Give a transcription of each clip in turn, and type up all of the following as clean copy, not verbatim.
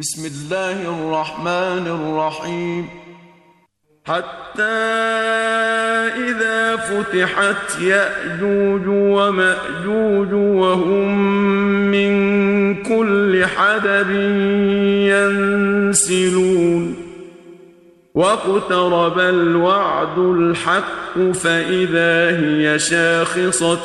بسم الله الرحمن الرحيم. حتى إذا فتحت يأجوج ومأجوج وهم من كل حدب ينسلون واقترب الوعد الحق فإذا هي شاخصة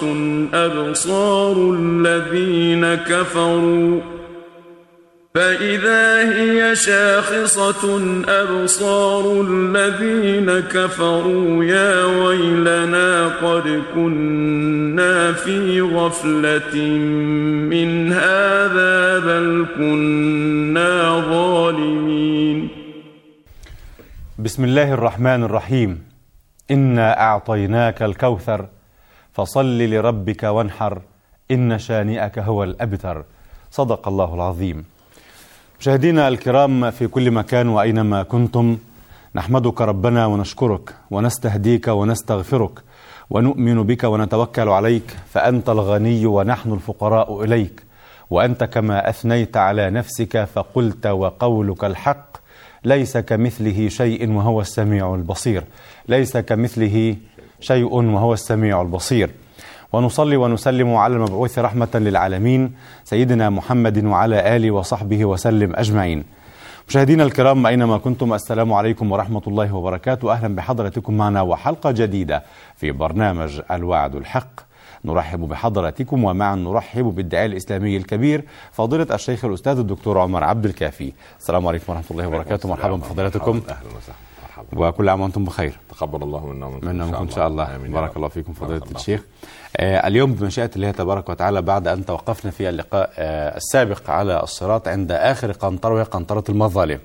أبصار الذين كفروا يا ويلنا قد كنا في غفلة من هذا بل كنا ظالمين. بسم الله الرحمن الرحيم. إنا أعطيناك الكوثر فصل لربك وانحر إن شانئك هو الأبتر. صدق الله العظيم. مشاهدينا الكرام في كل مكان وأينما كنتم، نحمدك ربنا ونشكرك ونستهديك ونستغفرك ونؤمن بك ونتوكل عليك، فأنت الغني ونحن الفقراء إليك، وأنت كما أثنيت على نفسك فقلت وقولك الحق، ليس كمثله شيء وهو السميع البصير. ليس كمثله شيء وهو السميع البصير. ونصلي ونسلم على المبعوث رحمة للعالمين سيدنا محمد وعلى آله وصحبه وسلم أجمعين. مشاهدينا الكرام أينما كنتم، السلام عليكم ورحمة الله وبركاته. أهلا بحضرتكم معنا وحلقة جديدة في برنامج الوعد الحق. نرحب بحضراتكم ومعا نرحب بالداعية الإسلامي الكبير فضيلة الشيخ الأستاذ الدكتور عمر عبد الكافي. السلام عليكم ورحمة الله وبركاته. مرحبا بفضيلتكم. أهلا وسهلا. وكل عام وأنتم بخير. تقبل الله منا إن شاء الله. بارك الله فيكم فضيلة الشيخ. اليوم بمشيئة الله تبارك وتعالى، بعد أن توقفنا في اللقاء السابق على الصراط عند آخر قنطرة وهي قنطرة المظالم،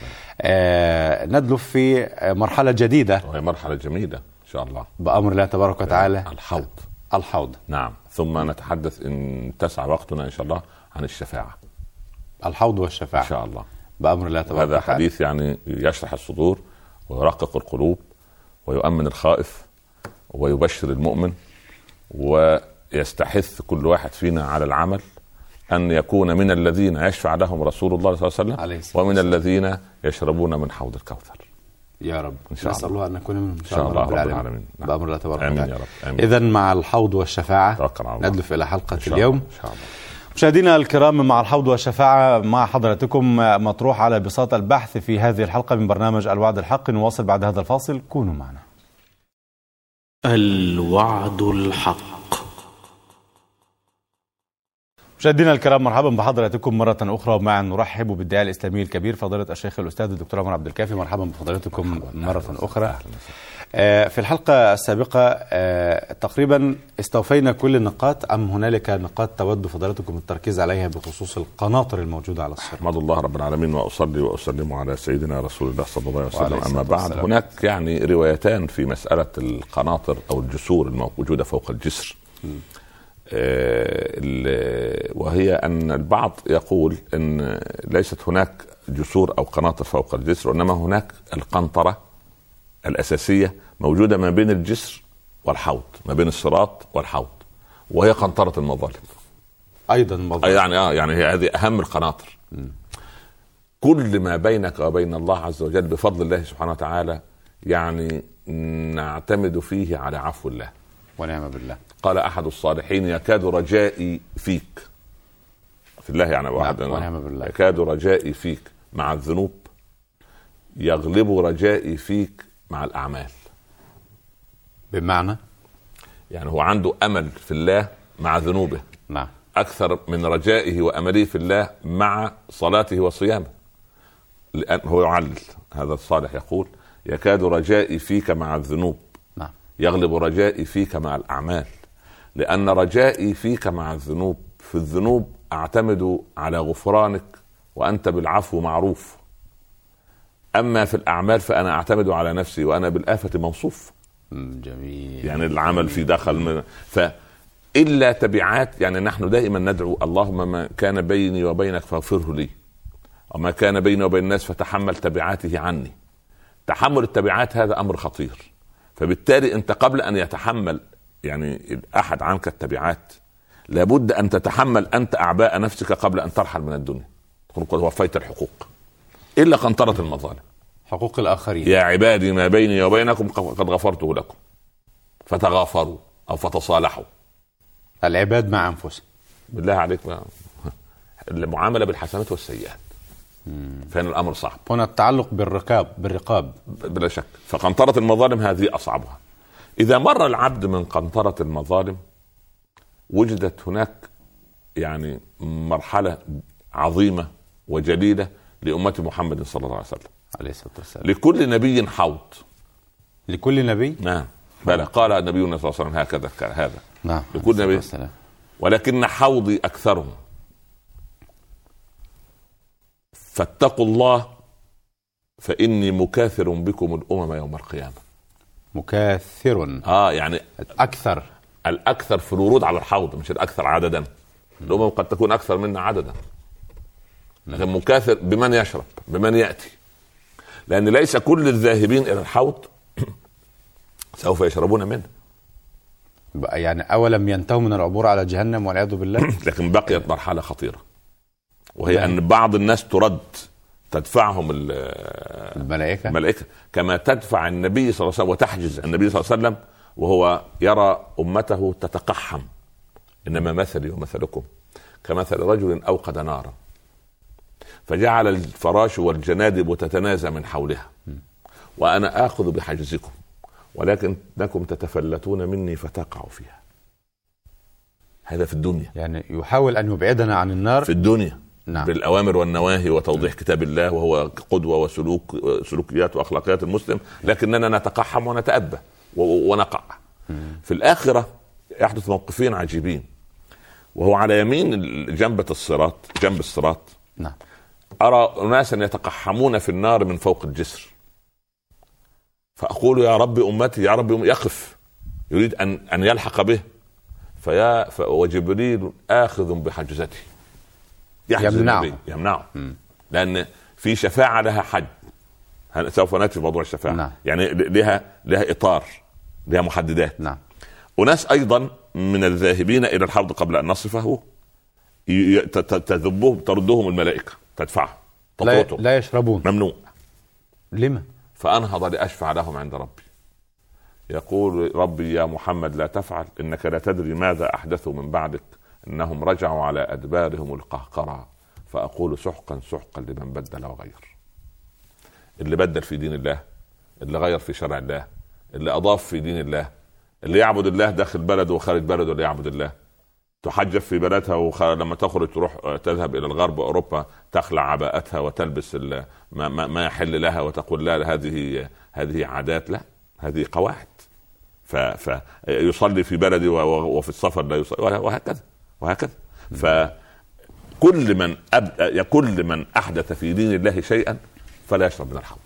ندلف في مرحلة جديدة وهي مرحلة جميلة إن شاء الله بأمر الله تبارك وتعالى. الحوض. نعم. ثم نتحدث إن تسع وقتنا إن شاء الله عن الشفاعة. الحوض والشفاعة إن شاء الله بأمر الله تبارك وتعالى. هذا حديث يعني يشرح الصدور ويرقق القلوب ويؤمن الخائف ويبشر المؤمن، ويستحث كل واحد فينا على العمل أن يكون من الذين يشفع لهم رسول الله صلى الله عليه وسلم ومن الذين يشربون من حوض الكوثر. يا رب إن شاء نسأل الله أن نكون منهم إن شاء الله رب العالمين. بأمر الله تبارك وتعالى. آمين. إذن مع الحوض والشفاعة ندلف إلى حلقة اليوم إن شاء الله. مشاهدينا الكرام، مع الحوض والشفاعة مع حضراتكم مطروح على بساط البحث في هذه الحلقة من برنامج الوعد الحق. نواصل بعد هذا الفاصل، كونوا معنا. الوعد الحق. مشاهدينا الكرام، مرحبا بحضراتكم مرة أخرى، ومعا نرحب بالداعية الإسلامي الكبير فضيلة الشيخ الأستاذ الدكتور عمر عبد الكافي. مرحبا بفضيلتكم مرة أخرى. في الحلقة السابقة تقريبا استوفينا كل النقاط، أم هنالك نقاط تود فضيلتكم التركيز عليها بخصوص القناطر الموجودة على الصراط؟ أحمد الله رب العالمين وأصلي وأسلم على سيدنا رسول الله صلى الله عليه وسلم. أما بعد، هناك يعني روايتان في مسألة القناطر أو الجسور الموجودة فوق الجسر، وهي أن البعض يقول أن ليست هناك جسور أو قناطر فوق الجسر، وإنما هناك القنطرة الأساسية موجودة ما بين الجسر والحوض، ما بين الصراط والحوض، وهي قنطرة المظالم أيضا. يعني هي هذه أهم القناطر. كل ما بينك وبين الله عز وجل بفضل الله سبحانه وتعالى يعني نعتمد فيه على عفو الله ونعم بالله. قال أحد الصالحين: يكاد رجائي فيك في الله، يعني ونعم بالله. يكاد رجائي فيك مع الذنوب يغلب رجائي فيك مع الأعمال. بمعنى يعني هو عنده أمل في الله مع ذنوبه، نعم، أكثر من رجائه وأمله في الله مع صلاته وصيامه. لأن هو يعلل، هذا الصالح يقول: يكاد رجائي فيك مع الذنوب يغلب رجائي فيك مع الأعمال، لأن رجائي فيك مع الذنوب، في الذنوب أعتمد على غفرانك وأنت بالعفو معروف، أما في الأعمال فأنا أعتمد على نفسي وأنا بالآفة موصوف. جميل. يعني العمل في داخل إلا تبعات. يعني نحن دائما ندعو: اللهم ما كان بيني وبينك فاغفره لي، وما كان بيني وبين الناس فتحمل تبعاته عني. تحمل التبعات هذا أمر خطير، فبالتالي أنت قبل أن يتحمل يعني أحد عنك التبعات لابد أن تتحمل أنت أعباء نفسك قبل أن ترحل من الدنيا. تكون قد وفيت الحقوق، إلا قنطرة المظالم، حقوق الآخرين. يا عبادي ما بيني وبينكم قد غفرته لكم فتغافروا أو فتصالحوا. العباد مع أنفسهم. بالله عليك بقى المعاملة بالحسنات والسيئات، فإن الأمر صعب. هنا التعلق بالرقاب بلا شك. فقنطرة المظالم هذه أصعبها. إذا مر العبد من قنطرة المظالم وجدت هناك يعني مرحلة عظيمة وجليلة لأمة محمد صلى الله عليه وسلم عليه الصلاة والسلام. لكل نبي حوض. لكل نبي؟ نعم بلى، قال نبينا صلى الله عليه وسلم هكذا كان هذا. نعم. لكل نبي، ولكن حوضي أكثرهم، فاتقوا الله فإني مكاثر بكم الأمم يوم القيامة. مكاثر يعني أكثر، الأكثر في الورود على الحوض، مش الأكثر عددا. الأمم قد تكون أكثر منا عددا، لكن مكاثر بمن يشرب، بمن يأتي، لأن ليس كل الذاهبين إلى الحوض سوف يشربون منه. يعني أولم ينتهوا من العبور على جهنم والعياذ بالله. لكن بقيت مرحلة خطيرة، وهي أن بعض الناس تدفعهم الملائكة كما تدفع النبي صلى الله عليه وسلم وتحجز النبي صلى الله عليه وسلم وهو يرى أمته تتقحم. إنما مثلي ومثلكم كمثل رجل أوقد نارا فجعل الفراش والجنادب تتنازع من حولها وأنا آخذ بحجزكم ولكنكم تتفلتون مني فتقعوا فيها. هذا في الدنيا، يعني يحاول أن يبعدنا عن النار في الدنيا. نعم. بالأوامر والنواهي وتوضيح كتاب الله، وهو قدوة وسلوكيات وأخلاقيات المسلم، لكننا نتقحم ونتأبى ونقع. في الآخرة يحدث موقفين عجيبين، وهو على يمين جنب الصراط نعم. أرى ناسا يتقحمون في النار من فوق الجسر، فأقول يا رب أمتي، يا رب يقف يريد أن يلحق به، وجبريل آخذ بحجزته يمنعه. لأن في شفاعة لها حد، سوف نأتي في موضوع الشفاعة. نعم. يعني لها إطار، لها محددات. نعم. وناس أيضا من الذاهبين إلى الحوض قبل أن نصفه تذبهم، تردهم الملائكة، تدفعهم، لا يشربون، ممنوع. لما؟ فأنهض لأشفع لهم عند ربي، يقول ربي يا محمد لا تفعل، إنك لا تدري ماذا أحدثوا من بعدك، إنهم رجعوا على أدبارهم القهقرى، فأقول سحقا سحقا لمن بدل وغير. اللي بدل في دين الله، اللي غير في شرع الله، اللي أضاف في دين الله، اللي يعبد الله داخل بلده وخارج بلده، اللي يعبد الله، تحجب في بلدها لما تخرج تروح تذهب إلى الغرب أوروبا تخلع عباءتها وتلبس ما يحل لها وتقول لا هذه عادات، لا هذه قواعد. فيصلي في بلدي وفي السفر لا يصلي، وهكذا. فكل من أحدث في دين الله شيئا فلا يشرب من الحوض.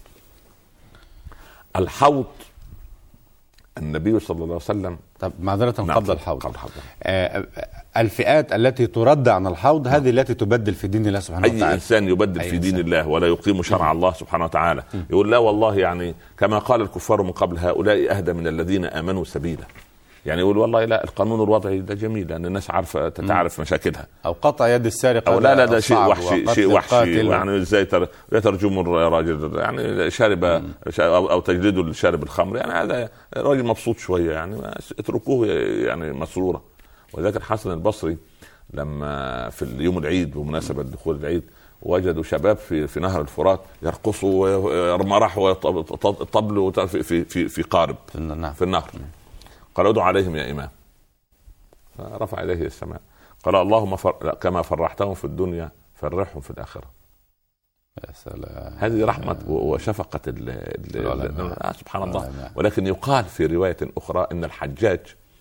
الحوض النبي صلى الله عليه وسلم. طب معذرة قبل الحوض. الفئات التي ترد عن الحوض هذه التي تبدل في دين الله سبحانه وتعالى. أي إنسان يبدل في دين الله ولا يقيم شرع الله سبحانه وتعالى يقول لا والله، يعني كما قال الكفار من قبل هؤلاء أهدى من الذين آمنوا سبيلا. يعني يقول والله لا، القانون الوضعي ده جميل لأن الناس عارفة تتعرف مشاكلها، أو قطع يد السارق، أو لا ده شيء وحشي يعني ازاي ترجم الراجل يعني شارب أو تجلده لشارب الخمر، يعني هذا راجل مبسوط شوية، يعني اتركوه يعني مسرورة. وذلك الحسن البصري لما في اليوم العيد بمناسبة دخول العيد وجدوا شباب في نهر الفرات يرقصوا مرح وطبل في قارب في النهر. قال ادعوا عليهم يا إمام، فرفع إليه السماء قال اللهم كما فرحتهم في الدنيا فرحهم في الآخرة. يا سلام، هذه رحمة وشفقة سبحان الله. ولكن يقال في رواية أخرى إن الحجاج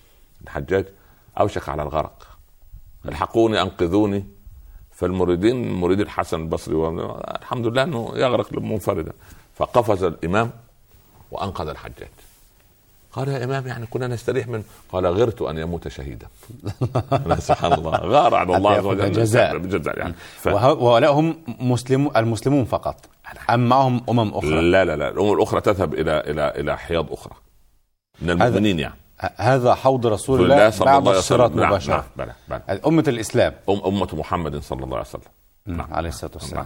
أوشك على الغرق، الحقوني أنقذوني. فالمريدين مريد الحسن البصري الحمد لله أنه يغرق منفردا، فقفز الإمام وأنقذ الحجاج. قال يا إمام يعني كنا نستريح منه، قال غرت أن يموت شهيدا. سبحان الله، غار على الله عز وجل جزاء يعني. وهؤلاء هم المسلمون فقط أم معهم أمم أخرى؟ لا الأمم الأخرى تذهب إلى حياض أخرى من المؤمنين. يعني هذا حوض رسول الله بعد الصراط مباشرة. بلى. أمة الإسلام، أمة محمد صلى الله عليه وسلم. عليه الصلاة والسلام.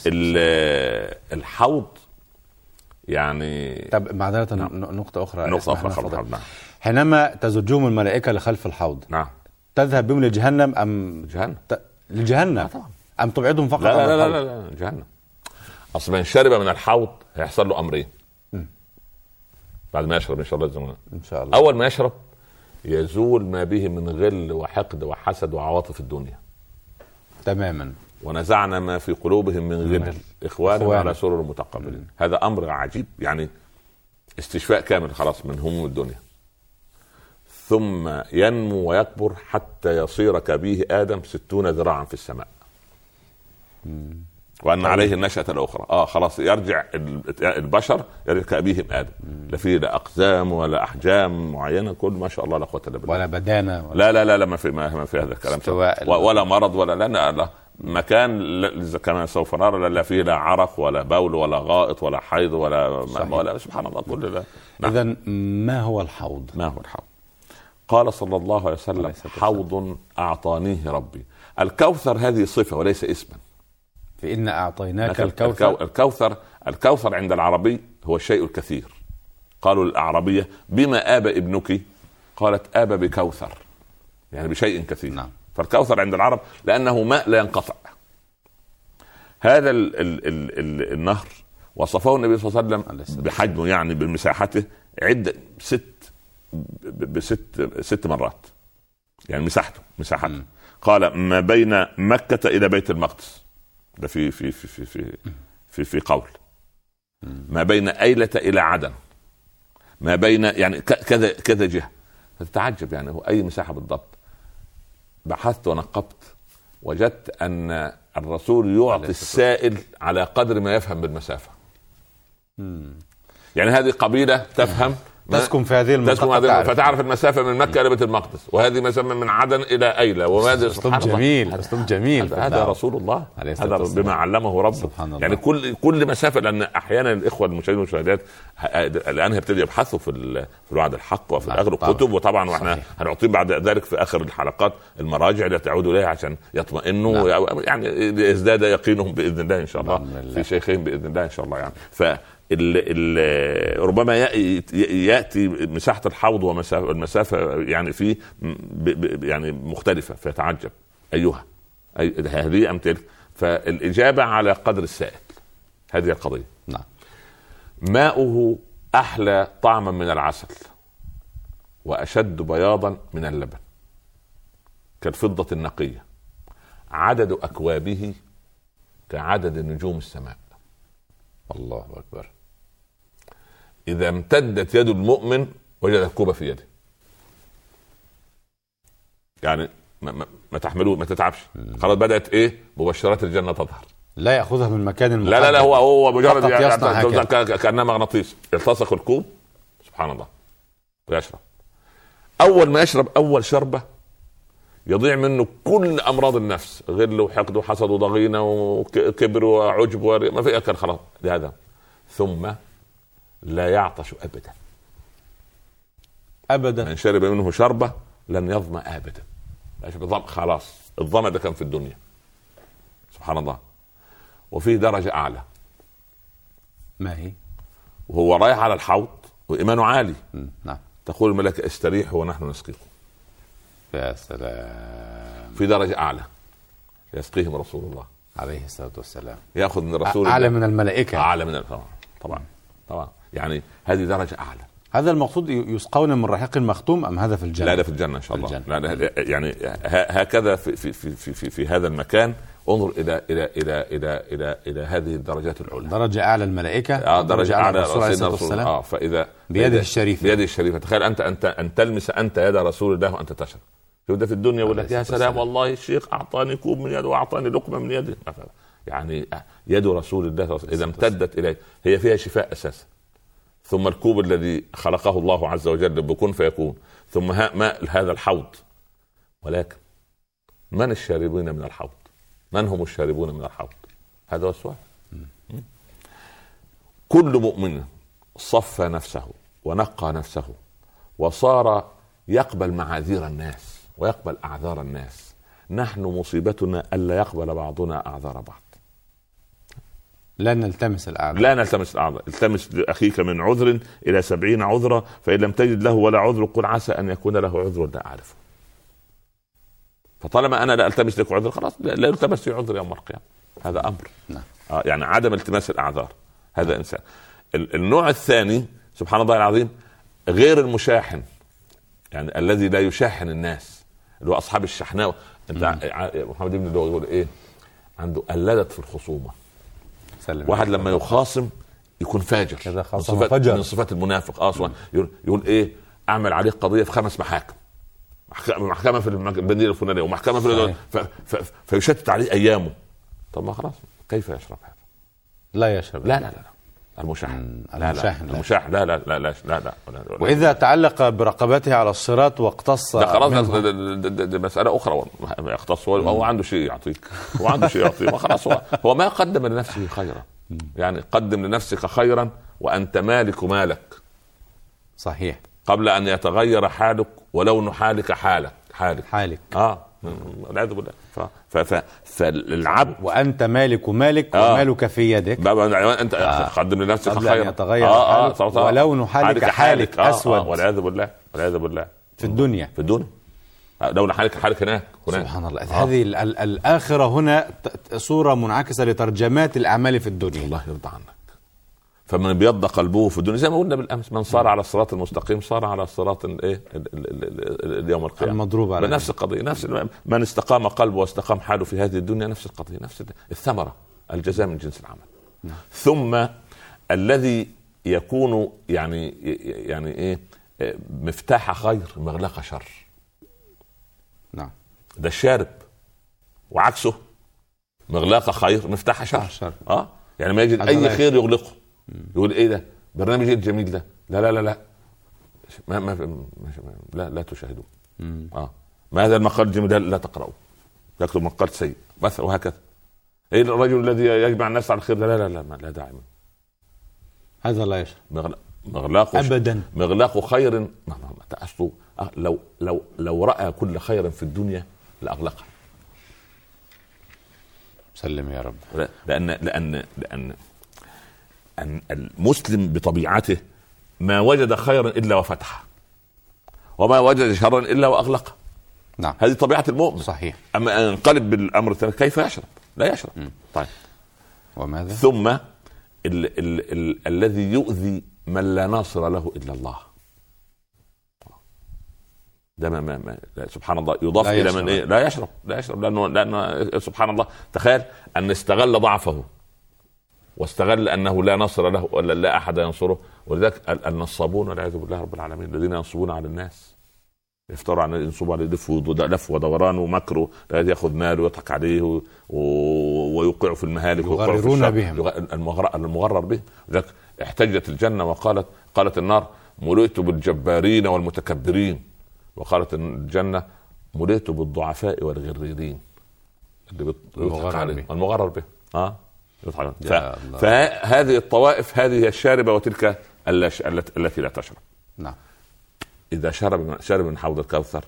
الحوض يعني. طب معذرة نقطة أخرى. حينما تزجهم الملائكة لخلف الحوض تذهب بهم لجهنم أم لجهنم أم تبعدهم فقط؟ لا جهنم. أصلا من شرب من الحوض هيحصل له أمرين بعد ما يشرب إن شاء الله. أول ما يشرب يزول ما به من غل وحقد وحسد وعواطف الدنيا تماما. ونزعنا ما في قلوبهم من غل إخوانا على سرر متقابلين. هذا أمر عجيب يعني استشفاء كامل خلاص من هموم الدنيا. ثم ينمو ويكبر حتى يصير كأبيه آدم 60 ذراعا في السماء. وأن عليه النشأة الأخرى. خلاص يرجع البشر يرجع كأبيهم آدم. لا فيه لا أقزام ولا أحجام معينة. كل ما شاء الله لا قوة إلا بالله. ولا بدانة لا ما في هذا الكلام. ولا مرض ولا مكان كما سوف نرى لا فيه لا عرق ولا بول ولا غائط ولا حيض ولا سبحان الله كل ده. إذن ما هو الحوض؟ قال صلى الله عليه وسلم حوض أعطانيه ربي. الكوثر هذه صفة وليس اسما. فإن أعطيناك الكوثر. الكوثر عند العربي هو الشيء الكثير. قالوا للأعربية بما آب ابنك؟ قالت آب بكوثر يعني بشيء كثير. فالكوثر عند العرب لأنه ماء لا ينقطع. هذا النهر وصفه النبي صلى الله عليه وسلم بحجمه يعني بمساحته عدة 6 مرات يعني مساحته. قال ما بين مكة إلى بيت المقدس. ده في قول. ما بين أيلة إلى عدن. ما بين يعني كذا جهة. فتتعجب يعني هو أي مساحة بالضبط. بحثت ونقبت وجدت أن الرسول يعطي السائل على قدر ما يفهم بالمسافة. يعني هذه قبيلة تفهم تسكن في هذه المنطقة فتعرف المسافة من مكة إلى بيت المقدس. وهذه مسافة من عدن إلى أيلة. وهذا أسلوب جميل. هذا رسول الله. هذا بما علمه ربه. يعني كل مسافة. لأن أحيانا الإخوة المشاهدين والمشاهدات الآن هيبتدي يبحثوا في الوعد الحق وفي آخر الكتب. وطبعا وإحنا هنعطيه بعد ذلك في آخر الحلقات المراجع التي تعود إليها عشان يطمئنوا يعني يزداد يقينهم بإذن الله إن شاء الله في شيخين بإذن الله إن شاء الله يعني. ربما يأتي مساحة الحوض والمسافة يعني فيه يعني مختلفة فيتعجب أيها هذه أم تلك. فالإجابة على قدر السائل. هذه القضية. ماؤه أحلى طعما من العسل وأشد بياضا من اللبن كالفضة النقية. عدد أكوابه كعدد نجوم السماء. الله أكبر. إذا امتدت يد المؤمن وجد الكوبة في يده. يعني ما تحملوه ما تتعبش. خلاص بدأت مبشرات الجنة تظهر. لا يأخذها من مكان المقدم. لا هو مجرد كأنها مغناطيس. يلتصق الكوب سبحان الله ويشرب. أول ما يشرب أول شربة يضيع منه كل أمراض النفس. غل وحقد وحسد وضغينة وكبر وعجب ما في أكل خلاص لهذا. ثم لا يعطش أبدا. من شرب منه شربة لن يظمأ أبدا. خلاص الظمأ ده كان في الدنيا سبحان الله. وفي درجة أعلى. ما هي؟ وهو رايح على الحوض وإيمانه عالي. تقول الملائكة استريحوا ونحن نسقيكم. يا سلام. في درجة أعلى يسقيهم رسول الله عليه الصلاة والسلام. يأخذ من الرسول أعلى من الملائكة. أعلى من طبعا يعني هذه درجة أعلى. هذا المقصود يسقون من رحيق مختوم أم هذا في الجنة؟ لا ده في الجنة إن شاء الله. لا يعني هكذا في هذا المكان. انظر إلى هذه الدرجات العلى. درجة أعلى الملائكة. درجة أعلى رسول الله. فإذا بيده الشريفة تخيل أن تلمس أنت يد رسول الله وأنت تشرب. شوف ده في الدنيا يقول لك يا سلام والله الشيخ أعطاني كوب من يده وأعطاني لقمة من يده. يعني يد رسول الله إذا امتدت إليه هي فيها شفاء أساسا. ثم الكوب الذي خلقه الله عز وجل بكون فيكون. ثم ماء هذا الحوض. ولكن من الشاربين من الحوض؟ من هم الشاربون من الحوض؟ هذا هو السؤال. كل مؤمن صفى نفسه ونقى نفسه وصار يقبل معاذير الناس ويقبل أعذار الناس. نحن مصيبتنا ألا يقبل بعضنا أعذار بعض. لا نلتمس الأعذار، لا نلتمس الأعذار. التمس لأخيك من عذر إلى 70 عذرا، فإن لم تجد له ولا عذر قل عسى أن يكون له عذر لا أعرفه. فطالما أنا لا ألتمس لك عذر خلاص لا يلتمس لي عذر يوم القيامة. هذا أمر. نعم. يعني عدم التماس الأعذار هذا إنسان. النوع الثاني سبحان الله العظيم غير المشاحن، يعني الذي لا يشاحن الناس، اللي هو أصحاب الشحناء. أنت محمد بن اللي هو يقول إيه؟ عنده قلدت في الخصومة. واحد لما يخاصم يكون فاجر كذا، من صفات المنافق اصلا. يقول ايه؟ اعمل عليه قضيه في 5 محكمه في المدينه الفلانيه ومحكمه في فيشتت عليه ايامه. طب ما خلاص كيف يشرب هذا؟ لا يشرب. لا المشاحن. المشاحن لا. واذا تعلق برقبته على الصراط واقتص، لا خلاص دي مساله اخرى. يقتص هو عنده شيء يعطيك، هو عنده شيء يعطيه، خلاص هو ما قدم لنفسه خيرا. يعني قدم لنفسك خيرا وانت مالك مالك. صحيح. قبل ان يتغير حالك ولون حالك حالك. والعياذ بالله. فالعبد وانت مالك مالك ومالك في يدك. انت قدم لنفسك خيرا يتغير حالك ولون حالك حالك اسود. والعياذ بالله. في الدنيا لون حالك هناك. سبحان الله. هذه الآخرة هنا صورة منعكسة لترجمات الأعمال في الدنيا. الله يرضى عنك. فمن بيض قلبه في الدنيا زي ما قلنا بالامس، من صار على الصراط المستقيم صار على الصراط اليوم القيامه المضروب على نفس القضيه. نفس من استقام قلبه واستقام حاله في هذه الدنيا نفس القضيه، نفس الثمره، الجزاء من جنس العمل. ثم الذي يكون يعني ايه مفتاح خير مغلق شر. نعم. ده الشارب، وعكسه مغلاق خير مفتاح شر. يعني ما يجد اي خير يغلقه. يقول ايه ده برنامج الجميل ده؟ لا لا تشاهدوه. ما هذا المقال الجميل لا تقرأه، يكتب مقال سيء مثلا، وهكذا. ايه الرجل الذي يجمع الناس على الخير؟ لا داعي. هذا لا يشرب. مغلاق ابدا. مغلاق خير لو رأى كل خير في الدنيا لاغلقه. سلم يا رب. لأن المسلم بطبيعته ما وجد خيرا إلا وفتحه، وما وجد شرا إلا وأغلقه. نعم. هذه طبيعة المؤمن. صحيح. أما انقلب بالأمر الثاني كيف يشرب؟ لا يشرب. طيب. وماذا؟ ثم الذي يؤذي من لا ناصر له إلا الله. ده ما سبحان الله يضاف إلى من إيه؟ لا يشرب لأنه سبحان الله تخيل أن استغل ضعفه واستغل أنه لا نصر له ولا لا أحد ينصره. ولذلك النصابون والعياذ بالله رب العالمين الذين ينصبون على الناس، يفتروا عن ينصبوا على لف ودوران ومكر، لا يأخذ ماله ويضحك عليه ويوقع في المهالك يغررون بهم، المغرر به. لذلك احتجت الجنة قالت النار ملئت بالجبارين والمتكبرين، وقالت الجنة ملئت بالضعفاء والغريرين اللي المغرر به. فهذه الطوائف هذه الشاربة وتلك التي لا تشرب. نعم. إذا شرب من حوض الكوثر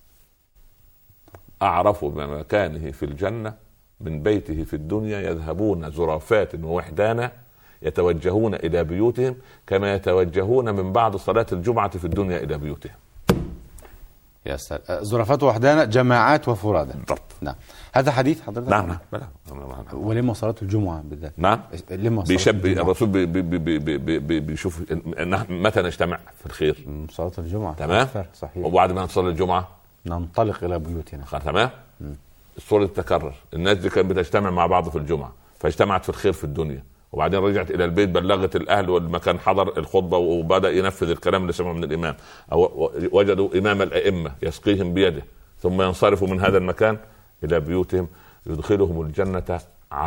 أعرفوا بمكانه في الجنة من بيته في الدنيا، يذهبون زرافات ووحدانا يتوجهون إلى بيوتهم كما يتوجهون من بعد صلاة الجمعة في الدنيا إلى بيوتهم. يا سلام. زرافات وحدانا جماعات وفرادى. بالضبط. نعم. هذا حديث حضرتك؟ نعم. ولما صلاة الجمعة بالذات؟ نعم. الرسول بيشوف متى نجتمع في الخير؟ صلاة الجمعة. تمام. صحيح. وبعد ما نصلي الجمعة ننطلق إلى بيوتنا. تمام. الصورة تتكرر، الناس دي كانت بتجتمع مع بعض في الجمعة فاجتمعت في الخير في الدنيا، وبعدين رجعت إلى البيت بلغت الأهل والمكان حضر الخطبة وبدأ ينفذ الكلام اللي سمعه من الإمام، أو وجدوا إمام الأئمة يسقيهم بيده، ثم ينصرفوا من هذا المكان إلى بيوتهم يدخلهم الجنة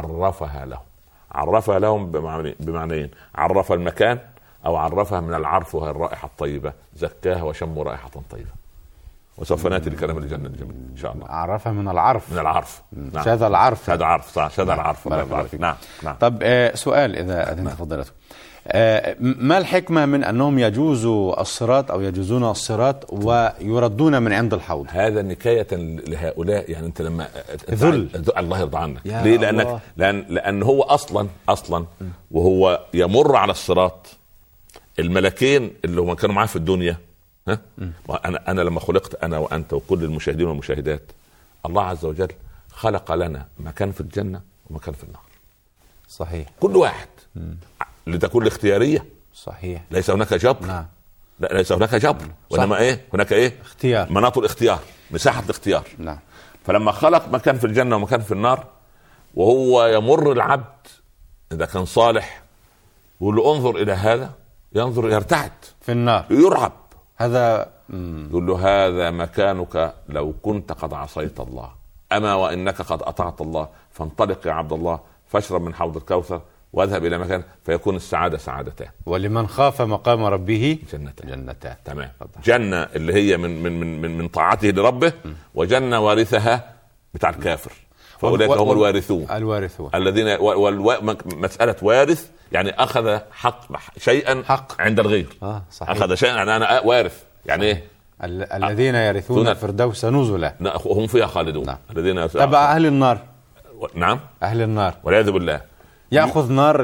عرفها لهم بمعنيين: عرف المكان أو عرفها من العرف وهي الرائحة الطيبة، زكاها وشم رائحة طيبة. وسوف ناتي لكلام الجنه الجميل ان شاء الله. عرفها من العرف. من العرف. نعم. شذا العرف. هذا عرف صح. شذا العرف. نعم. طب سؤال اذا انت فضلته، ما الحكمة من أنهم يجوزوا الصراط أو يجوزون الصراط ويردون من عند الحوض؟ هذا نكاية لهؤلاء. يعني أنت لما ذل الله يرضى عنك ليه؟ لأن هو أصلا وهو يمر على الصراط الملكين اللي هم كانوا معاه في الدنيا. ها؟ أنا لما خلقت أنا وأنت وكل المشاهدين والمشاهدات، الله عز وجل خلق لنا مكان في الجنة ومكان في النار. صحيح. كل واحد لتكون الاختيارية. صحيح. ليس هناك جبر. نعم. لا، ليس هناك جبر، وإنما هناك اختيار، مناط الاختيار، مساحة الاختيار. نعم. فلما خلق مكان في الجنة ومكان في النار، وهو يمر العبد إذا كان صالح يقول له انظر إلى هذا، ينظر يرتعد في النار، يرعب. هذا يقول له هذا مكانك لو كنت قد عصيت الله، أما وإنك قد أطعت الله، فانطلق يا عبد الله فاشرب من حوض الكوثر واذهب الى مكان، فيكون السعاده سعادتان. ولمن خاف مقام ربه جنتان. تمام. جنه اللي هي من طاعته لربه، وجنه وارثها بتاع الكافر، فاولئك هم الوارثون الذين مساله وارث يعني اخذ شيئا عند الغير. صحيح. اخذ شيئا يعني انا وارث، يعني ايه؟ الذين يرثون الفردوس نزلا هم فيها خالدون. نعم. الذين تبع اهل النار. نعم. اهل النار والعياذ بالله. يأخذ نار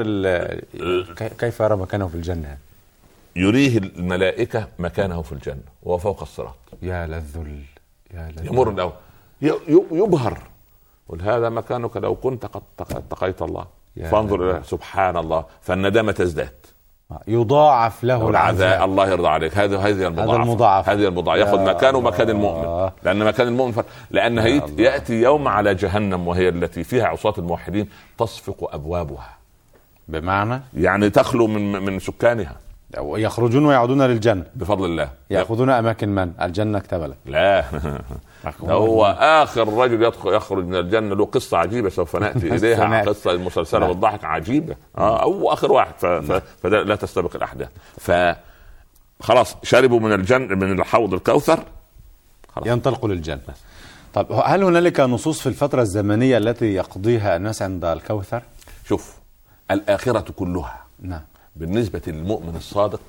كيف يرى مكانه في الجنة؟ يريه الملائكة مكانه في الجنة وهو فوق الصراط. يا للذل. يمر له يبهر، قل هذا مكانك لو كنت قد اتقيت الله، فانظر إليه سبحان الله، فالندامة تزداد، يضاعف له العذاب. الله يرضى عليك. هذه المضاعفة ياخذ مكانه مكان المؤمن، لأن مكان المؤمن لأن يأتي يوم على جهنم وهي التي فيها عصاة الموحدين تصفق أبوابها، بمعنى يعني تخلو من سكانها، يخرجون ويعودون للجنة بفضل الله. يأخذون أماكن من الجنة اكتملت. لا هو آخر رجل يخرج من الجنة له قصة عجيبة سوف نأتي إليها، قصة المسلسلة بالضحك عجيبة. أو آخر واحد فده لا تستبق الأحداث. فخلاص شربوا من الجنة من الحوض الكوثر، ينطلقوا للجنة. طب هل هنالك نصوص في الفترة الزمنية التي يقضيها الناس عند الكوثر؟ شوف، الآخرة كلها نعم بالنسبة للمؤمن الصادق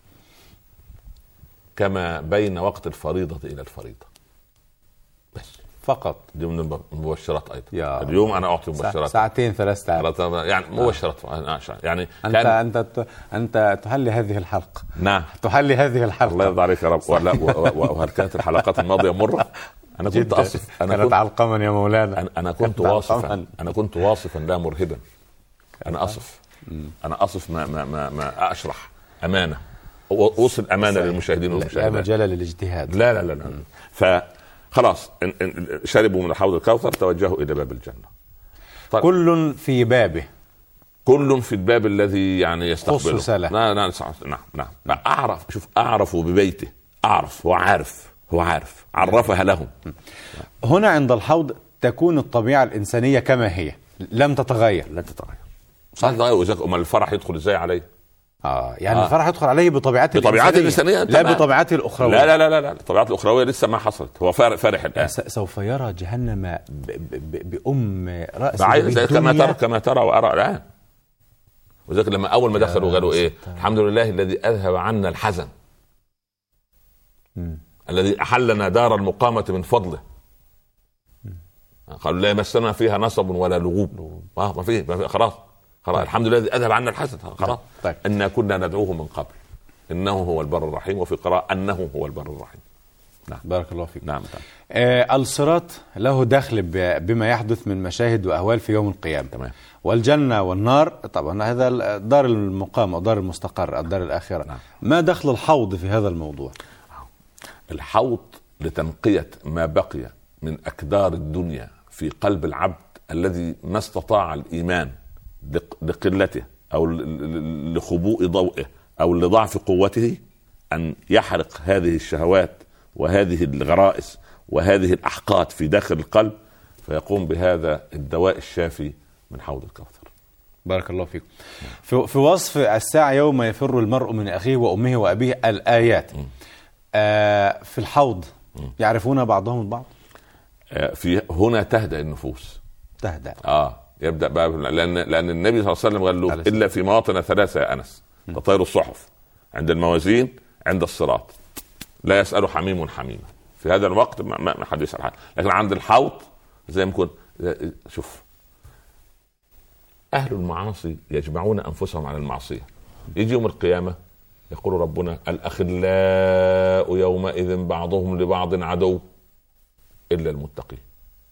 كما بين وقت الفريضة إلى الفريضة بس فقط. دي من المبشرات أيضا. اليوم أنا أعطي مبشرات 2-3 ساعات يعني مبشرات. يعني أنت تحلي هذه الحلقة. نعم تحلي هذه الحلقة. الله يرضى عليك يا رب. وهل كانت الحلقات الماضية مرة؟ أنا كنت أصف. كانت علقما يا مولانا. أنا كنت واصفا لا مرهبا. أنا أصف ما أشرح أمانة، ووصل أمانة للمشاهدين والمشاهدات. لا مجال للاجتهاد. لا. فخلاص شربوا من حوض الكوثر، توجهوا إلى باب الجنة. طيب. كل في بابه، كل في الباب الذي يعني يستقبله. نعم. أعرف ببيته، هو عارف عرفها لهم. هنا عند الحوض تكون الطبيعة الإنسانية كما هي، لم تتغير. صح. أما الفرح يدخل إزاي عليه؟ يعني الفرح يدخل عليه بطبيعته الإنسانية، لا بطبيعته الأخروية. لا الطبيعات الأخروية لسه ما حصلت. هو فرح الآن. سوف يرى جهنم بأم رأسه كما ترى وأرى الآن. وذلك لما أول ما دخلوا قالوا إيه؟ الحمد لله الذي أذهب عنا الحزن، الذي أحلنا دار المقامة من فضله. قالوا لا يمسنا فيها نصب ولا لغوب. ما فيه خلاص. الحمد لله الذي أذهب عنا الحزن. خلاص. طيب. إنا كنا ندعوه من قبل إنه هو البر الرحيم، وفي قراءة أنه هو البر الرحيم. نعم. بارك الله فيك. نعم. الصراط له دخل بما يحدث من مشاهد وأهوال في يوم القيامة. تمام. والجنة والنار طبعا هذا دار المقام أو دار المستقر، الدار الآخرة. نعم. ما دخل الحوض في هذا الموضوع؟ الحوض لتنقية ما بقي من أكدار الدنيا في قلب العبد الذي ما استطاع الإيمان لقلته أو لخبوء ضوئه أو لضعف قوته أن يحرق هذه الشهوات وهذه الغرائز وهذه الأحقاد في داخل القلب، فيقوم بهذا الدواء الشافي من حوض الكوثر. بارك الله فيك. في وصف الساعة يوم يفر المرء من أخيه وأمه وأبيه الآيات. في الحوض يعرفون بعضهم البعض. في هنا تهدأ النفوس. تهدأ. يبدأ بقى لأن النبي صلى الله عليه وسلم قال له إلا في مواطن ثلاثة يا أنس تطير الصحف، عند الموازين، عند الصراط، لا يسأل حميم حميما. في هذا الوقت ما حد يسأل حد، لكن عند الحوض زي ما يكون. شوف، أهل المعاصي يجمعون أنفسهم على المعصية، يجي يوم القيامة يقول ربنا الأخلاء يومئذ بعضهم لبعض عدو إلا المتقين.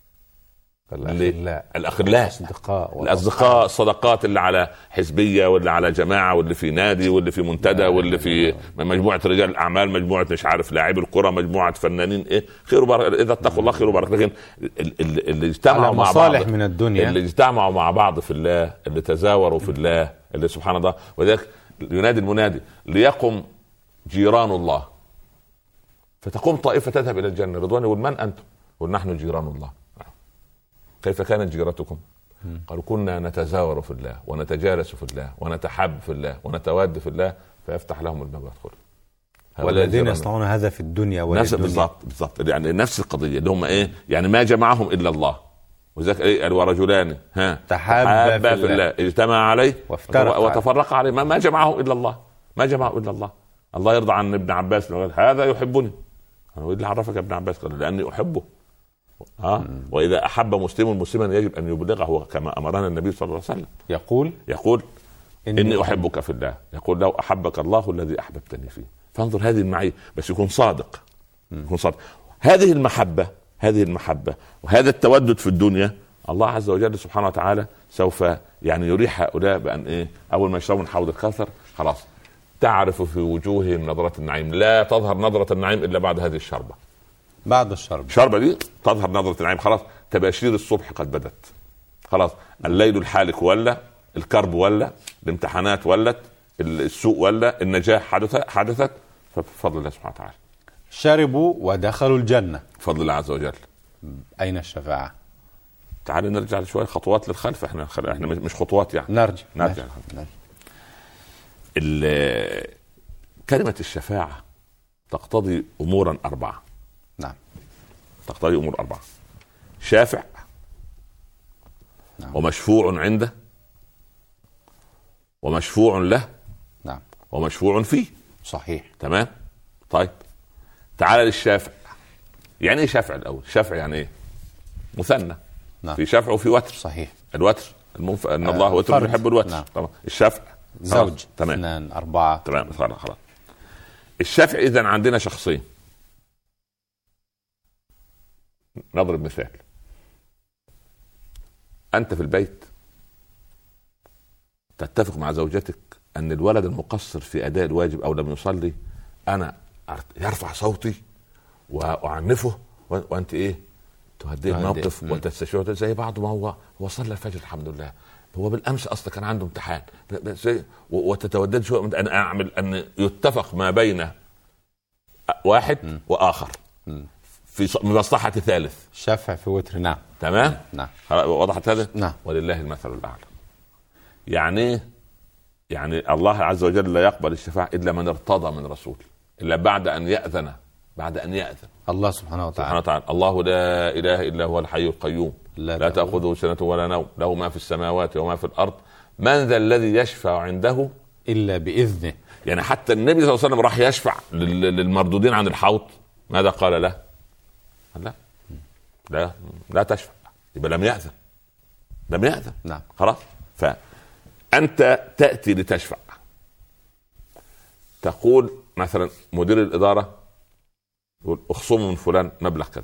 الأخلاء الأصدقاء، الصداقات اللي على حزبية واللي على جماعة واللي في نادي واللي في منتدى واللي في مجموعة رجال الأعمال، مجموعة مش عارف لاعبي الكرة، مجموعة فنانين، خير وبركة إذا اتقوا الله خير وبركة. لكن اللي اجتمعوا مع بعض من الدنيا، اللي اجتمعوا مع بعض في الله، اللي تزاوروا في الله، اللي سبحان الله. وذلك ينادي المنادي ليقم جيران الله، فتقوم طائفة تذهب إلى الجنة رضوان، يقول من أنتم؟ يقول نحن جيران الله. كيف كانت جيرتكم؟ قالوا كنا نتزاور في الله ونتجالس في الله ونتحب في الله ونتواد في الله، فيفتح لهم الباب ويدخلوا. والذين يصنعون هذا في الدنيا بالضبط يعني نفس القضية اللي هم يعني ما جمعهم إلا الله. وذلك ورجلان تحابا في الله اجتمع عليه وتفرق عليه، ما جمعهم إلا الله، ما جمعوا إلا الله. الله يرضى عن ابن عباس هذا يحبني. أنا اللي عرفك يا ابن عباس؟ قال لأني أحبه. وإذا أحب مسلم مسلما يجب أن يبلغه كما أمرنا النبي صلى الله عليه وسلم. يقول إني أحبك في الله، يقول لو أحبك الله الذي أحببتني فيه. فانظر هذه المعية، بس يكون صادق. هذه المحبة وهذا التودد في الدنيا، الله عز وجل سبحانه وتعالى سوف يعني يريح هؤلاء بأن أول ما يشربوا من حوض الكوثر خلاص تعرف في وجوههم نظرة النعيم. لا تظهر نظرة النعيم إلا بعد هذه الشربة. بعد الشربة دي تظهر نظرة النعيم. خلاص تباشير الصبح قد بدت. خلاص الليل الحالك ولا، الكرب ولا، الامتحانات ولت، السوء ولا، النجاح حدثت بفضل الله سبحانه وتعالى. شربوا ودخلوا الجنة بفضل الله عز وجل. أين الشفاعة؟ تعالوا نرجع شوية خطوات للخلف. احنا مش خطوات يعني. نرجع. كلمة الشفاعة تقتضي أمورا 4. نعم. تقتضي أمور 4. شافع. نعم. ومشفوع عنده، ومشفوع له. نعم. ومشفوع فيه. صحيح. تمام. طيب تعال للشافع. يعني ايه شافع الأول؟ شافع يعني ايه؟ مثنى. نعم. في شافع وفي وتر. صحيح. الوتر ان الله وتر يحب الوتر. نعم. طبعا الشافع زوج. تمام. 2 4. تمام. خلاص. الشافع إذن عندنا شخصين. نضرب مثال. أنت في البيت تتفق مع زوجتك أن الولد المقصر في أداء الواجب أو لم يصلي أنا يرفع صوتي وأعنفه، وأنت تهدئ الموقف وتستشعر زي بعض. ما هو صلى الفجر الحمد لله، هو بالأمس أصلا كان عنده امتحان، وتتودد شو أن أعمل أن يتفق ما بين واحد وآخر في مصلحة ثالث. شافع في وتر. نعم. تمام. نعم. وضحت هذا. نعم. ولله المثل الأعلى. يعني الله عز وجل لا يقبل الشفاعة إلا من ارتضى من رسول، إلا بعد أن يأذن الله سبحانه وتعالى. الله لا إله إلا هو الحي القيوم لا تأخذه سنة ولا نوم، له ما في السماوات وما في الأرض، من ذا الذي يشفع عنده إلا بإذنه. يعني حتى النبي صلى الله عليه وسلم راح يشفع للمردودين عن الحوض، ماذا قال له؟ لا تشفع. يبقى لم يأذن. نعم. خلاص. فأنت تأتي لتشفع، تقول مثلا مدير الإدارة يقول اخصموا من فلان مبلغ كذا،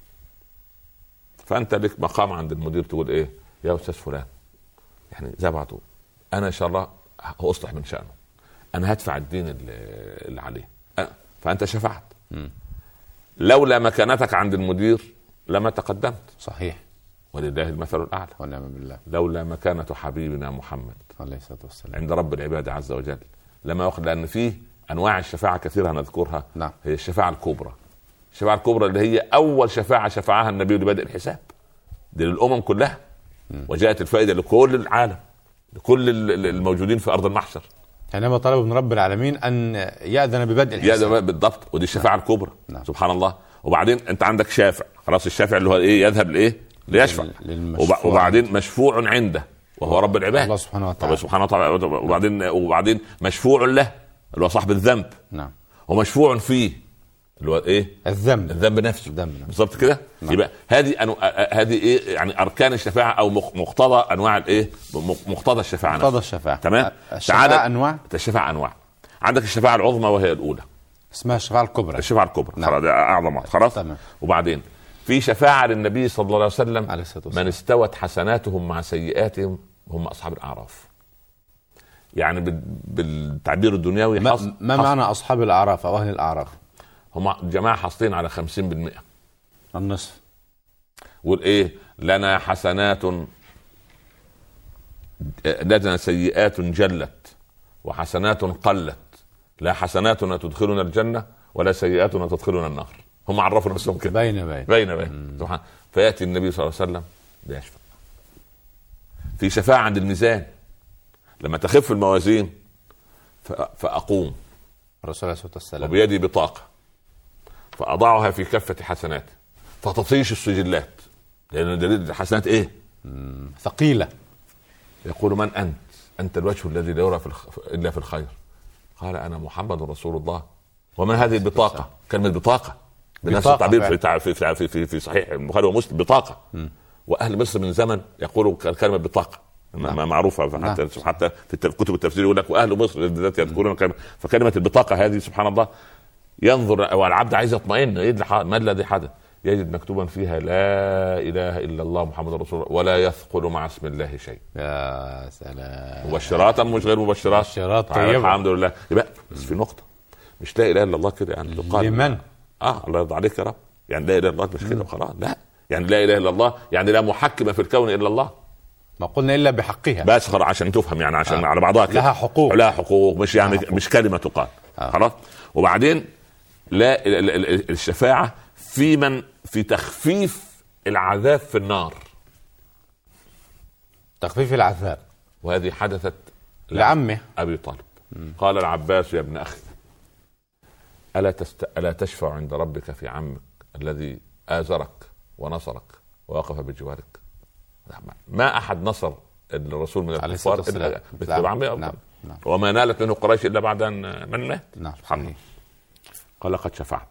فأنت لك مقام عند المدير تقول يا أستاذ فلان، يعني زي بعضه أنا إن شاء الله أصلح من شأنه، أنا هدفع الدين اللي عليه. فأنت شفعت. لولا مكانتك عند المدير لما تقدمت. صحيح. ولله المثل الأعلى. ونعم بالله. لولا مكانة حبيبنا محمد عليه الصلاة والسلام عند رب العباد عز وجل لما يأخذ، لأن فيه أنواع الشفاعة كثيرة نذكرها. نعم. هي الشفاعة الكبرى اللي هي أول شفاعة شفعها النبي لبدء الحساب، دي للأمم كلها. وجاءت الفائدة لكل العالم، لكل الموجودين في أرض المحشر، حينما طلب من رب العالمين أن يأذن ببدء الحساب. بالضبط. ودي الشفاعة الكبرى. نعم. سبحان الله. وبعدين انت عندك شافع، خلاص الشافع اللي هو ايه؟ يذهب لايه؟ ليشفع. وبعدين مشفوع عنده وهو رب العباد الله سبحانه وتعالى. وبعدين مشفوع له اللي هو صاحب الذنب. نعم. ومشفوع فيه اللي هو ايه؟ الذنب نفسه. بالضبط كده. نعم. يبقى هذه ايه يعني اركان الشفاعه او مقتضى انواع الايه؟ مقتضى الشفاعه. مقتضى الشفاعه. تمام. الشفاعه انواع. الشفاعه انواع. عندك الشفاعه العظمى وهي الاولى، اسمها الشفاعه الكبرى. الشفاعه الكبرى. نعم. خلاص اعظمها. خلاص. تمام. وبعدين في شفاعه للنبي صلى الله عليه وسلم من استوت حسناتهم مع سيئاتهم هم اصحاب الاعراف. يعني بالتعبير الدنيوي ما معنى اصحاب الاعراف او اهل الاعراف؟ هم جماعه حاصلين على 50%، النصف. والايه؟ لنا حسنات لنا سيئات جلت وحسنات قلت، لا حسناتنا تدخلنا الجنه ولا سيئاتنا تدخلنا النار. هم عرفوا نفسهم كده بين سبحان. فياتي النبي صلى الله عليه وسلم ليشفع. في شفاعه عند الميزان لما تخف الموازين فاقوم الرسول عليه الصلاه والسلام وبيدي بطاقه فاضعها في كفه حسنات فتطيش السجلات، لان الحسنات ايه؟ ثقيله. يقول من انت الوجه الذي لا يرى الا في الخير. قال انا محمد رسول الله. ومن هذه البطاقه؟ كلمه بطاقه بنفس التعبير في صحيح البخاري ومسلم، بطاقه. واهل مصر من زمن يقولوا كلمه بطاقه معروفه حتى في كتب التفسير يقول لك واهل مصر بالذات يذكرون فكلمه البطاقه هذه سبحان الله ينظر او العبد عايز يطمئن ايه ما الذي حدث؟ يجد مكتوبا فيها لا اله الا الله محمد رسول الله ولا يثقل مع اسم الله شيء. يا سلام. مبشرات مش غير مبشرات؟ مبشرات طيبه الحمد لله. يبقى بس في نقطه، مش لا اله الا الله كده يعني تقال لمن؟ الله يرضى عليك يا رب. يعني لا اله الا الله مش كده وخلاص، لا. يعني لا اله الا الله يعني لا محكم في الكون الا الله، ما قلنا الا بحقها بس خلاص عشان تفهم يعني عشان على بعضها كده. لها حقوق مش يعني حقوق. مش كلمه تقال. خلاص. وبعدين لا الشفاعه في تخفيف العذاب في النار، تخفيف العذاب. وهذه حدثت لعمه ابي طالب. قال العباس يا ابن اخي الا تشفع عند ربك في عمك الذي آزرك ونصرك ووقف بجوارك؟ ما احد نصر الرسول من الكفار الا مثل عمه. نعم. وما نالت منه قريش الا بعد ان من مات. نعم. قال قد شفعت.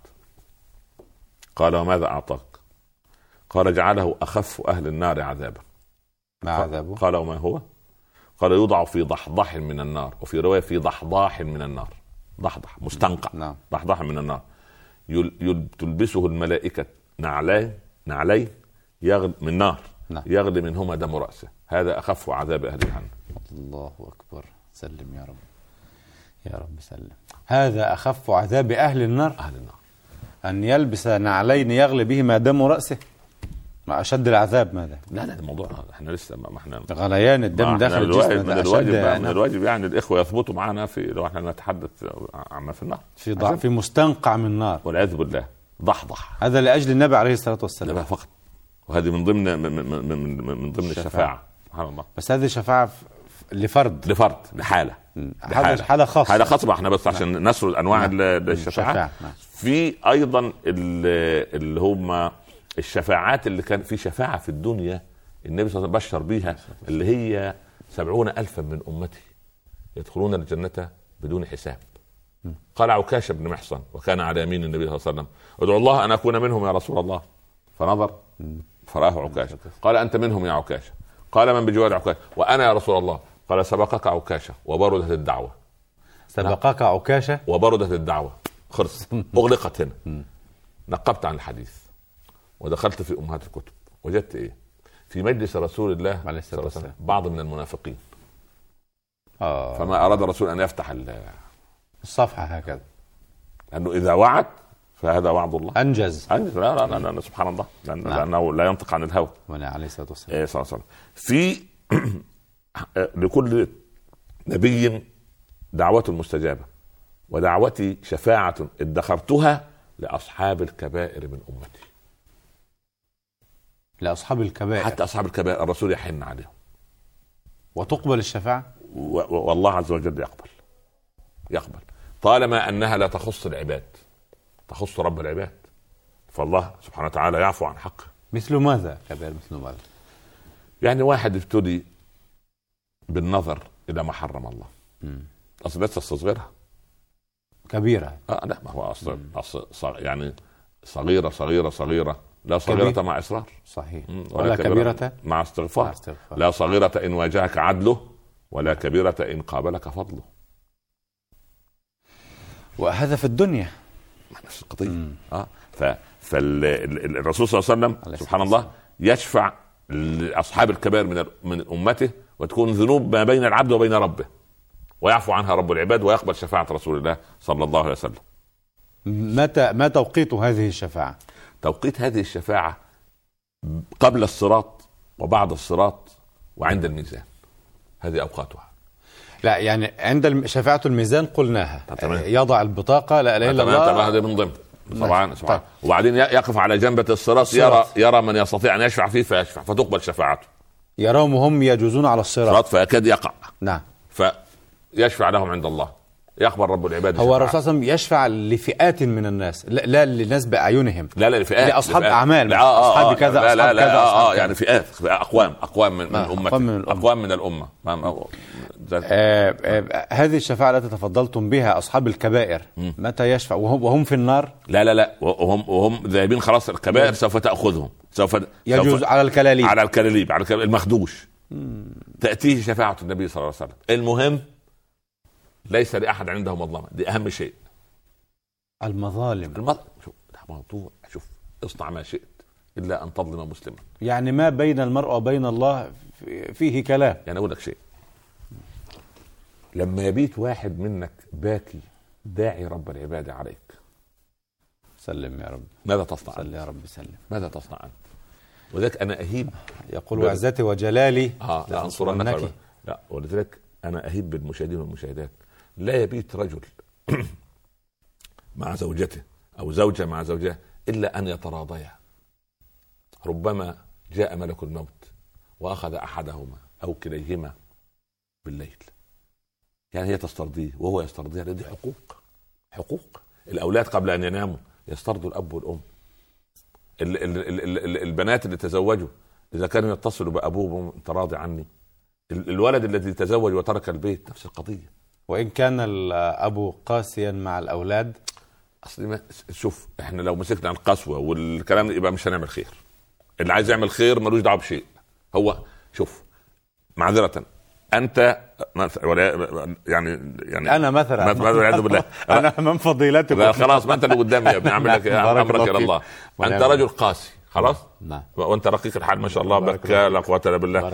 قال وماذا اعطاك؟ قال جعله اخف اهل النار عذابا. ما عذابه؟ قال وما هو؟ قال يوضع في ضحضح من النار، وفي روايه في ضحضاح من النار. ضحضح مستنقع. نعم. ضحضح من النار. تلبسه الملائكه نعلين من نار. نعم. يغلي منهما دم رأسه. هذا أخف عذاب أهل جهنم. الله أكبر. سلم يا رب، يا رب سلم. هذا أخف عذاب أهل النار. أن يلبس نعلين يغلي بهما دم رأسه. مع أشد العذاب ماذا؟ لا الموضوع احنا لسه ما احنا غليان الدم داخل الجسم. من الواجب يعني الإخوة يثبتوا معنا في لو احنا نتحدث عما في النار في مستنقع من النار والعياذ بالله. ضحضح. هذا لأجل النبي عليه الصلاة والسلام فقط. وهذه من ضمن الشفاعة. سبحان الله. بس هذه شفاعة لفرد لحالة حالة خاصة. احنا بس عشان نسرد انواع الشفاعات. في ايضا اللي هم الشفاعات اللي كان في شفاعة في الدنيا النبي صلى الله عليه وسلم بشر بيها، اللي هي 70,000 من امته يدخلون الجنة بدون حساب. قال عكاشة بن محصن وكان على يمين النبي صلى الله عليه وسلم ادعو الله ان اكون منهم يا رسول الله. فنظر فراه عكاشة. قال انت منهم يا عكاشة. قال من بجوار عكاشة؟ وانا يا رسول الله. قال سبقك عكاشة وبردت الدعوة. سبقك عكاشة وبردت الدعوة. خلص اغلقت هنا. نقبت عن الحديث ودخلت في امهات الكتب، وجدت ايه؟ في مجلس رسول الله عليه الصلاة والسلام بعض من المنافقين. فما اراد الرسول ان يفتح الصفحة هكذا، لانه اذا وعد فهذا وعد الله. انجز. لا سبحان الله. لانه لا ينطق عن الهوى. عليه الصلاة والسلام. في لكل نبي دعوة مستجابة، ودعوتي شفاعة ادخرتها لأصحاب الكبائر من أمتي. لأصحاب الكبائر، حتى أصحاب الكبائر الرسول يحن عليهم. وتقبل الشفاعة والله عز وجل يقبل طالما أنها لا تخص العباد، تخص رب العباد. فالله سبحانه وتعالى يعفو عن حقه. مثل ماذا كبير؟ مثل ماذا؟ يعني واحد ابتلي بالنظر إلى ما حرم الله، أصل بس استصغرها كبيرة. لا، ما هو يعني صغيرة لا صغيرة مع إصرار، صحيح، ولا كبيرة مع استغفار. لا صغيرة إن واجهك عدله، ولا كبيرة إن قابلك فضله. وهذا في الدنيا نفس القضية. فالرسول صلى الله عليه وسلم سبحان الله يشفع لأصحاب الكبائر من أمته، وتكون ذنوب ما بين العبد وبين ربه، ويعفو عنها رب العباد، ويقبل شفاعة رسول الله صلى الله عليه وسلم. ما توقيت هذه الشفاعة؟ توقيت هذه الشفاعة قبل الصراط وبعد الصراط وعند الميزان، هذه أوقاتها. لا يعني عند شفاعة الميزان قلناها، يضع البطاقة لا إله إلا الله، هذا من ضمن طبعا. طيب. وبعدين يقف على جنبة الصراط، يرى من يستطيع أن يشفع فيه فيشفع، فتقبل شفاعته. يراهم هم يجوزون على الصراط فيكاد يقع. نعم. فيشفع لهم عند الله، يقبل رب العباد. هو الرسول صلى الله عليه وسلم يشفع لفئات من الناس، لا للناس بأعينهم، لا لفئات، لأصحاب أعمال، أصحاب كذا، أصحاب كذا، يعني فئات، أقوام من أمة، أقوام من الأمة. هذه الشفاعة التي تفضلتم بها أصحاب الكبائر متى يشفع وهم في النار؟ لا وهم ذاهبين خلاص، الكبائر سوف تأخذهم، يجوز على الكلاليب، على المخدوش. تأتيه شفاعة النبي صلى الله عليه وسلم. المهم ليس لأحد عنده مظلمة، دي أهم شيء. المظالم موضوع، شوف، اصنع ما شئت إلا أن تظلم مسلما. يعني ما بين المرء وبين الله فيه كلام. يعني أقول لك شيء، لما يبيت واحد منك باكي داعي رب العباد عليك، سلم يا رب، ماذا تصنع؟ سلم يا رب، سلم، ماذا تصنع أنت؟ وذلك أنا أهيب، يقول وعزتي وجلالي لأنصرنك. لا، ولذلك أنا أهيب بالمشاهدين والمشاهدات، لا يبيت رجل مع زوجته أو زوجة مع زوجها إلا أن يتراضيا. ربما جاء ملك الموت وأخذ أحدهما أو كليهما بالليل، يعني هي تسترضيه وهو يسترضيها، دي حقوق. الأولاد قبل أن يناموا يسترضوا الأب والأم. البنات اللي تزوجوا إذا كانوا يتصلوا بأبوهم أنت راضي عني. الولد الذي تزوج وترك البيت نفس القضية. وإن كان الأب قاسيا مع الأولاد، أصل شوف، إحنا لو مسكنا القسوة والكلام يبقى مش هنعمل خير. اللي عايز يعمل خير ملوش دعوة بشيء. هو شوف، معذرة أنت يعني أنا مثلا أنا من فضيلتك، لا خلاص، ما أنت اللي قدامي يا ابني، أعمل لك أمرك إلى الله. أنت رجل قاسي خلاص، وأنت رقيق الحال ما شاء الله، بكى لا قوة إلا بالله.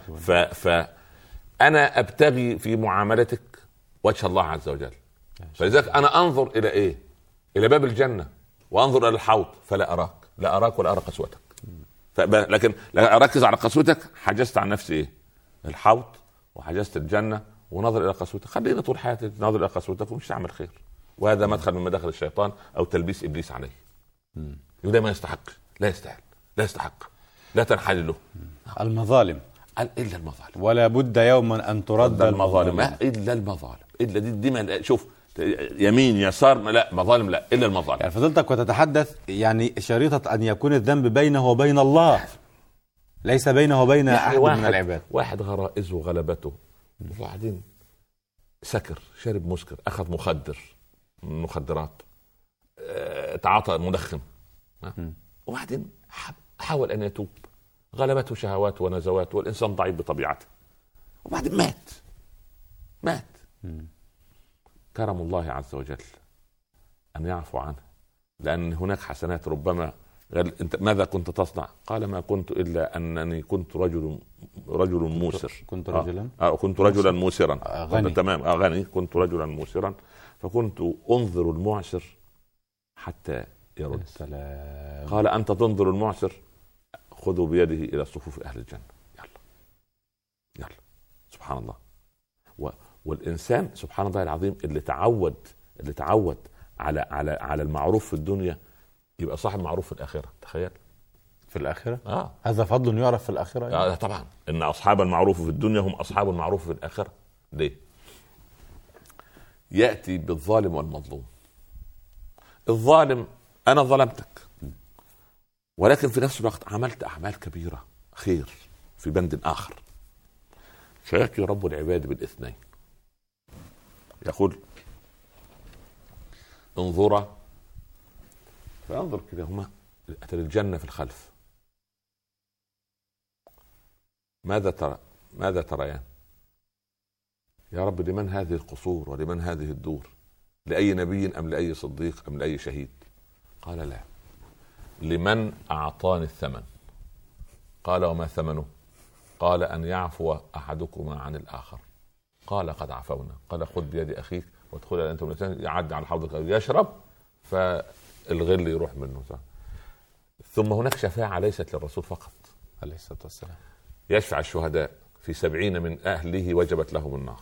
فأنا أبتغي في معاملتك وجه الله عز وجل. فلذلك أنا أنظر إلى إيه؟ إلى باب الجنة، وأنظر إلى الحوض فلا أراك، لا أراك ولا أرى قسوتك. لكن أركز على قسوتك، حجزت عن نفسي إيه؟ الحوض، وحجزت الجنة، ونظر إلى قسوتك. خلينا طول حياتي نظر إلى قسوتك ومش تعمل خير. وهذا مدخل من مداخل الشيطان أو تلبيس إبليس عليه. يقول ما يستحق، لا يستحق، لا يستحق، لا تنحل له. المظالم إلا المظالم، ولا بد يوما أن ترد المظالم. إلا المظالم، إلا دي شوف، يمين يسار، لا مظالم، لا إلا المظالم. يعني فضلتك وتتحدث يعني شريطة أن يكون الذنب بينه وبين الله، ليس بينه وبين يعني أحد من العباد. واحد غرائزه غلبته، وبعدين سكر، شرب مسكر، أخذ مخدرات، تعاطى مدخن، وبعدين حاول أن يتوب، غلبته شهوات ونزوات، والإنسان ضعيف بطبيعته، وبعدين مات. كرم الله عز وجل أن يعفو عنه، لأن هناك حسنات. ربما قال أنت ماذا كنت تصنع؟ قال ما كنت إلا أنني كنت رجل موسر. كنت رجلا كنت رجلا موسرا، غني. تمام، غني. كنت رجلا موسرا، فكنت أنظر المعسر حتى يرد. قال أنت تنظر المعسر، خذوا بيده إلى صفوف أهل الجنة، يلا. سبحان الله. والإنسان سبحان الله العظيم اللي تعود على المعروف في الدنيا يبقى صاحب معروف في الآخرة. تخيل في الآخرة. هذا فضل يعرف في الآخرة يعني. طبعا، إن أصحاب المعروف في الدنيا هم أصحاب المعروف في الآخرة. ليه؟ يأتي بالظالم والمظلوم. الظالم، أنا ظلمتك ولكن في نفس الوقت عملت أعمال كبيرة خير في بند آخر. فيأتي رب العباد بالاثنين يقول انظرا، فينظر كلاهما أتى الجنة في الخلف، ماذا تريان؟ يا رب لمن هذه القصور ولمن هذه الدور؟ لأي نبي أم لأي صديق أم لأي شهيد؟ قال لا، لمن أعطاني الثمن. قال وما ثمنه؟ قال أن يعفو أحدكما عن الآخر. قال قد عفونا. قال خذ بيد أخيك وادخل أنتم الاثنين، يعدي على حوضك يشرب فالغل يروح منه. ثم هناك شفاعة ليست للرسول فقط عليه الصلاة والسلام، يشفع الشهداء في 70 من أهله وجبت لهم النار.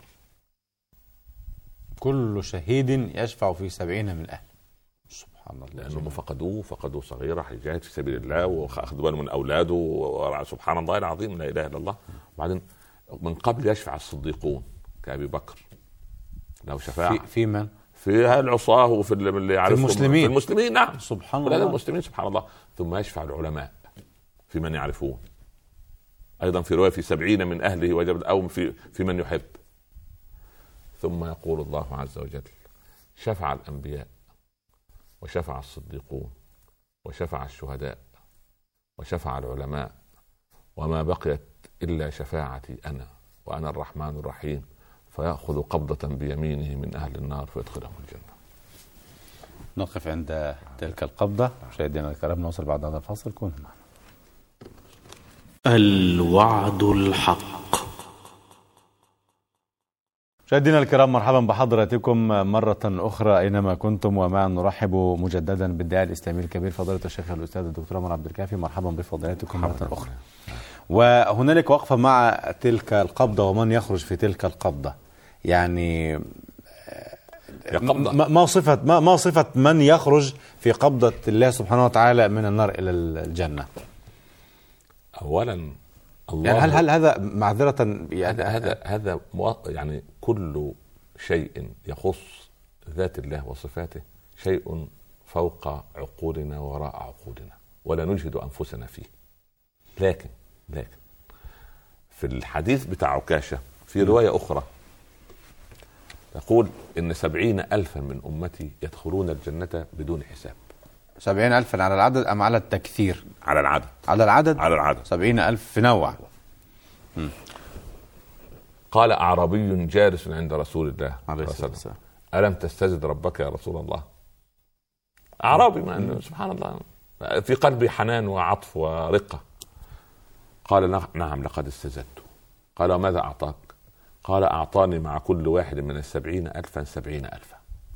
كل شهيد يشفع في 70 من أهله. سبحان الله، لأنهم فقدوا صغيرة يجاهد في سبيل الله وأخذوا باله من أولاده. سبحان الله العظيم، لا إله إلا الله. وبعدين من قبل يشفع الصديقون كأبي بكر له شفاعة في من؟ في العصاة وفي اللي يعرفهم المسلمين. في المسلمين، نعم سبحان الله، المسلمين سبحان الله. ثم يشفع العلماء في من يعرفون، أيضا في رواية في 70 من أهله وجب أو في من يحب. ثم يقول الله عز وجل شفع الأنبياء وشفع الصديقون وشفع الشهداء وشفع العلماء، وما بقيت إلا شفاعتي أنا وأنا الرحمن الرحيم، فيأخذ قبضة بيمينه من أهل النار فيدخلهم الجنة. نقف عند تلك القبضة. مشاهدينا الكرام، نوصل بعد هذا الفاصل، كونوا معنا. الوعد الحق. مشاهدينا الكرام، مرحبا بحضراتكم مرة أخرى أينما كنتم، ومعا نرحب مجددا بالداعي الإسلامي الكبير فضيلة الشيخ الأستاذ الدكتور عمر عبد الكافي. مرحبا بفضيلتكم مرة أخرى. وهنالك وقفة مع تلك القبضة ومن يخرج في تلك القبضة. يعني ما صفة من يخرج في قبضة الله سبحانه وتعالى من النار إلى الجنة؟ أولا الله، يعني هل هذا معذرة، يعني هذا يعني كل شيء يخص ذات الله وصفاته شيء فوق عقولنا وراء عقولنا ولا نجهد أنفسنا فيه. لكن في الحديث بتاع عكاشة في رواية أخرى تقول إن 70,000 من أمتي يدخلون الجنة بدون حساب. 70,000 على العدد أم على التكثير؟ على العدد. على العدد. على العدد. 70,000 في نوع. قال أعرابي جالس عند رسول الله عليه الصلاة والسلام ألم تستجد ربك يا رسول الله؟ أعرابي، ما أنه سبحان الله في قلبي حنان وعطف ورقة. قال نعم لقد استزدت. قال وماذا أعطاك؟ قال أعطاني مع كل واحد من 70,000 70,000.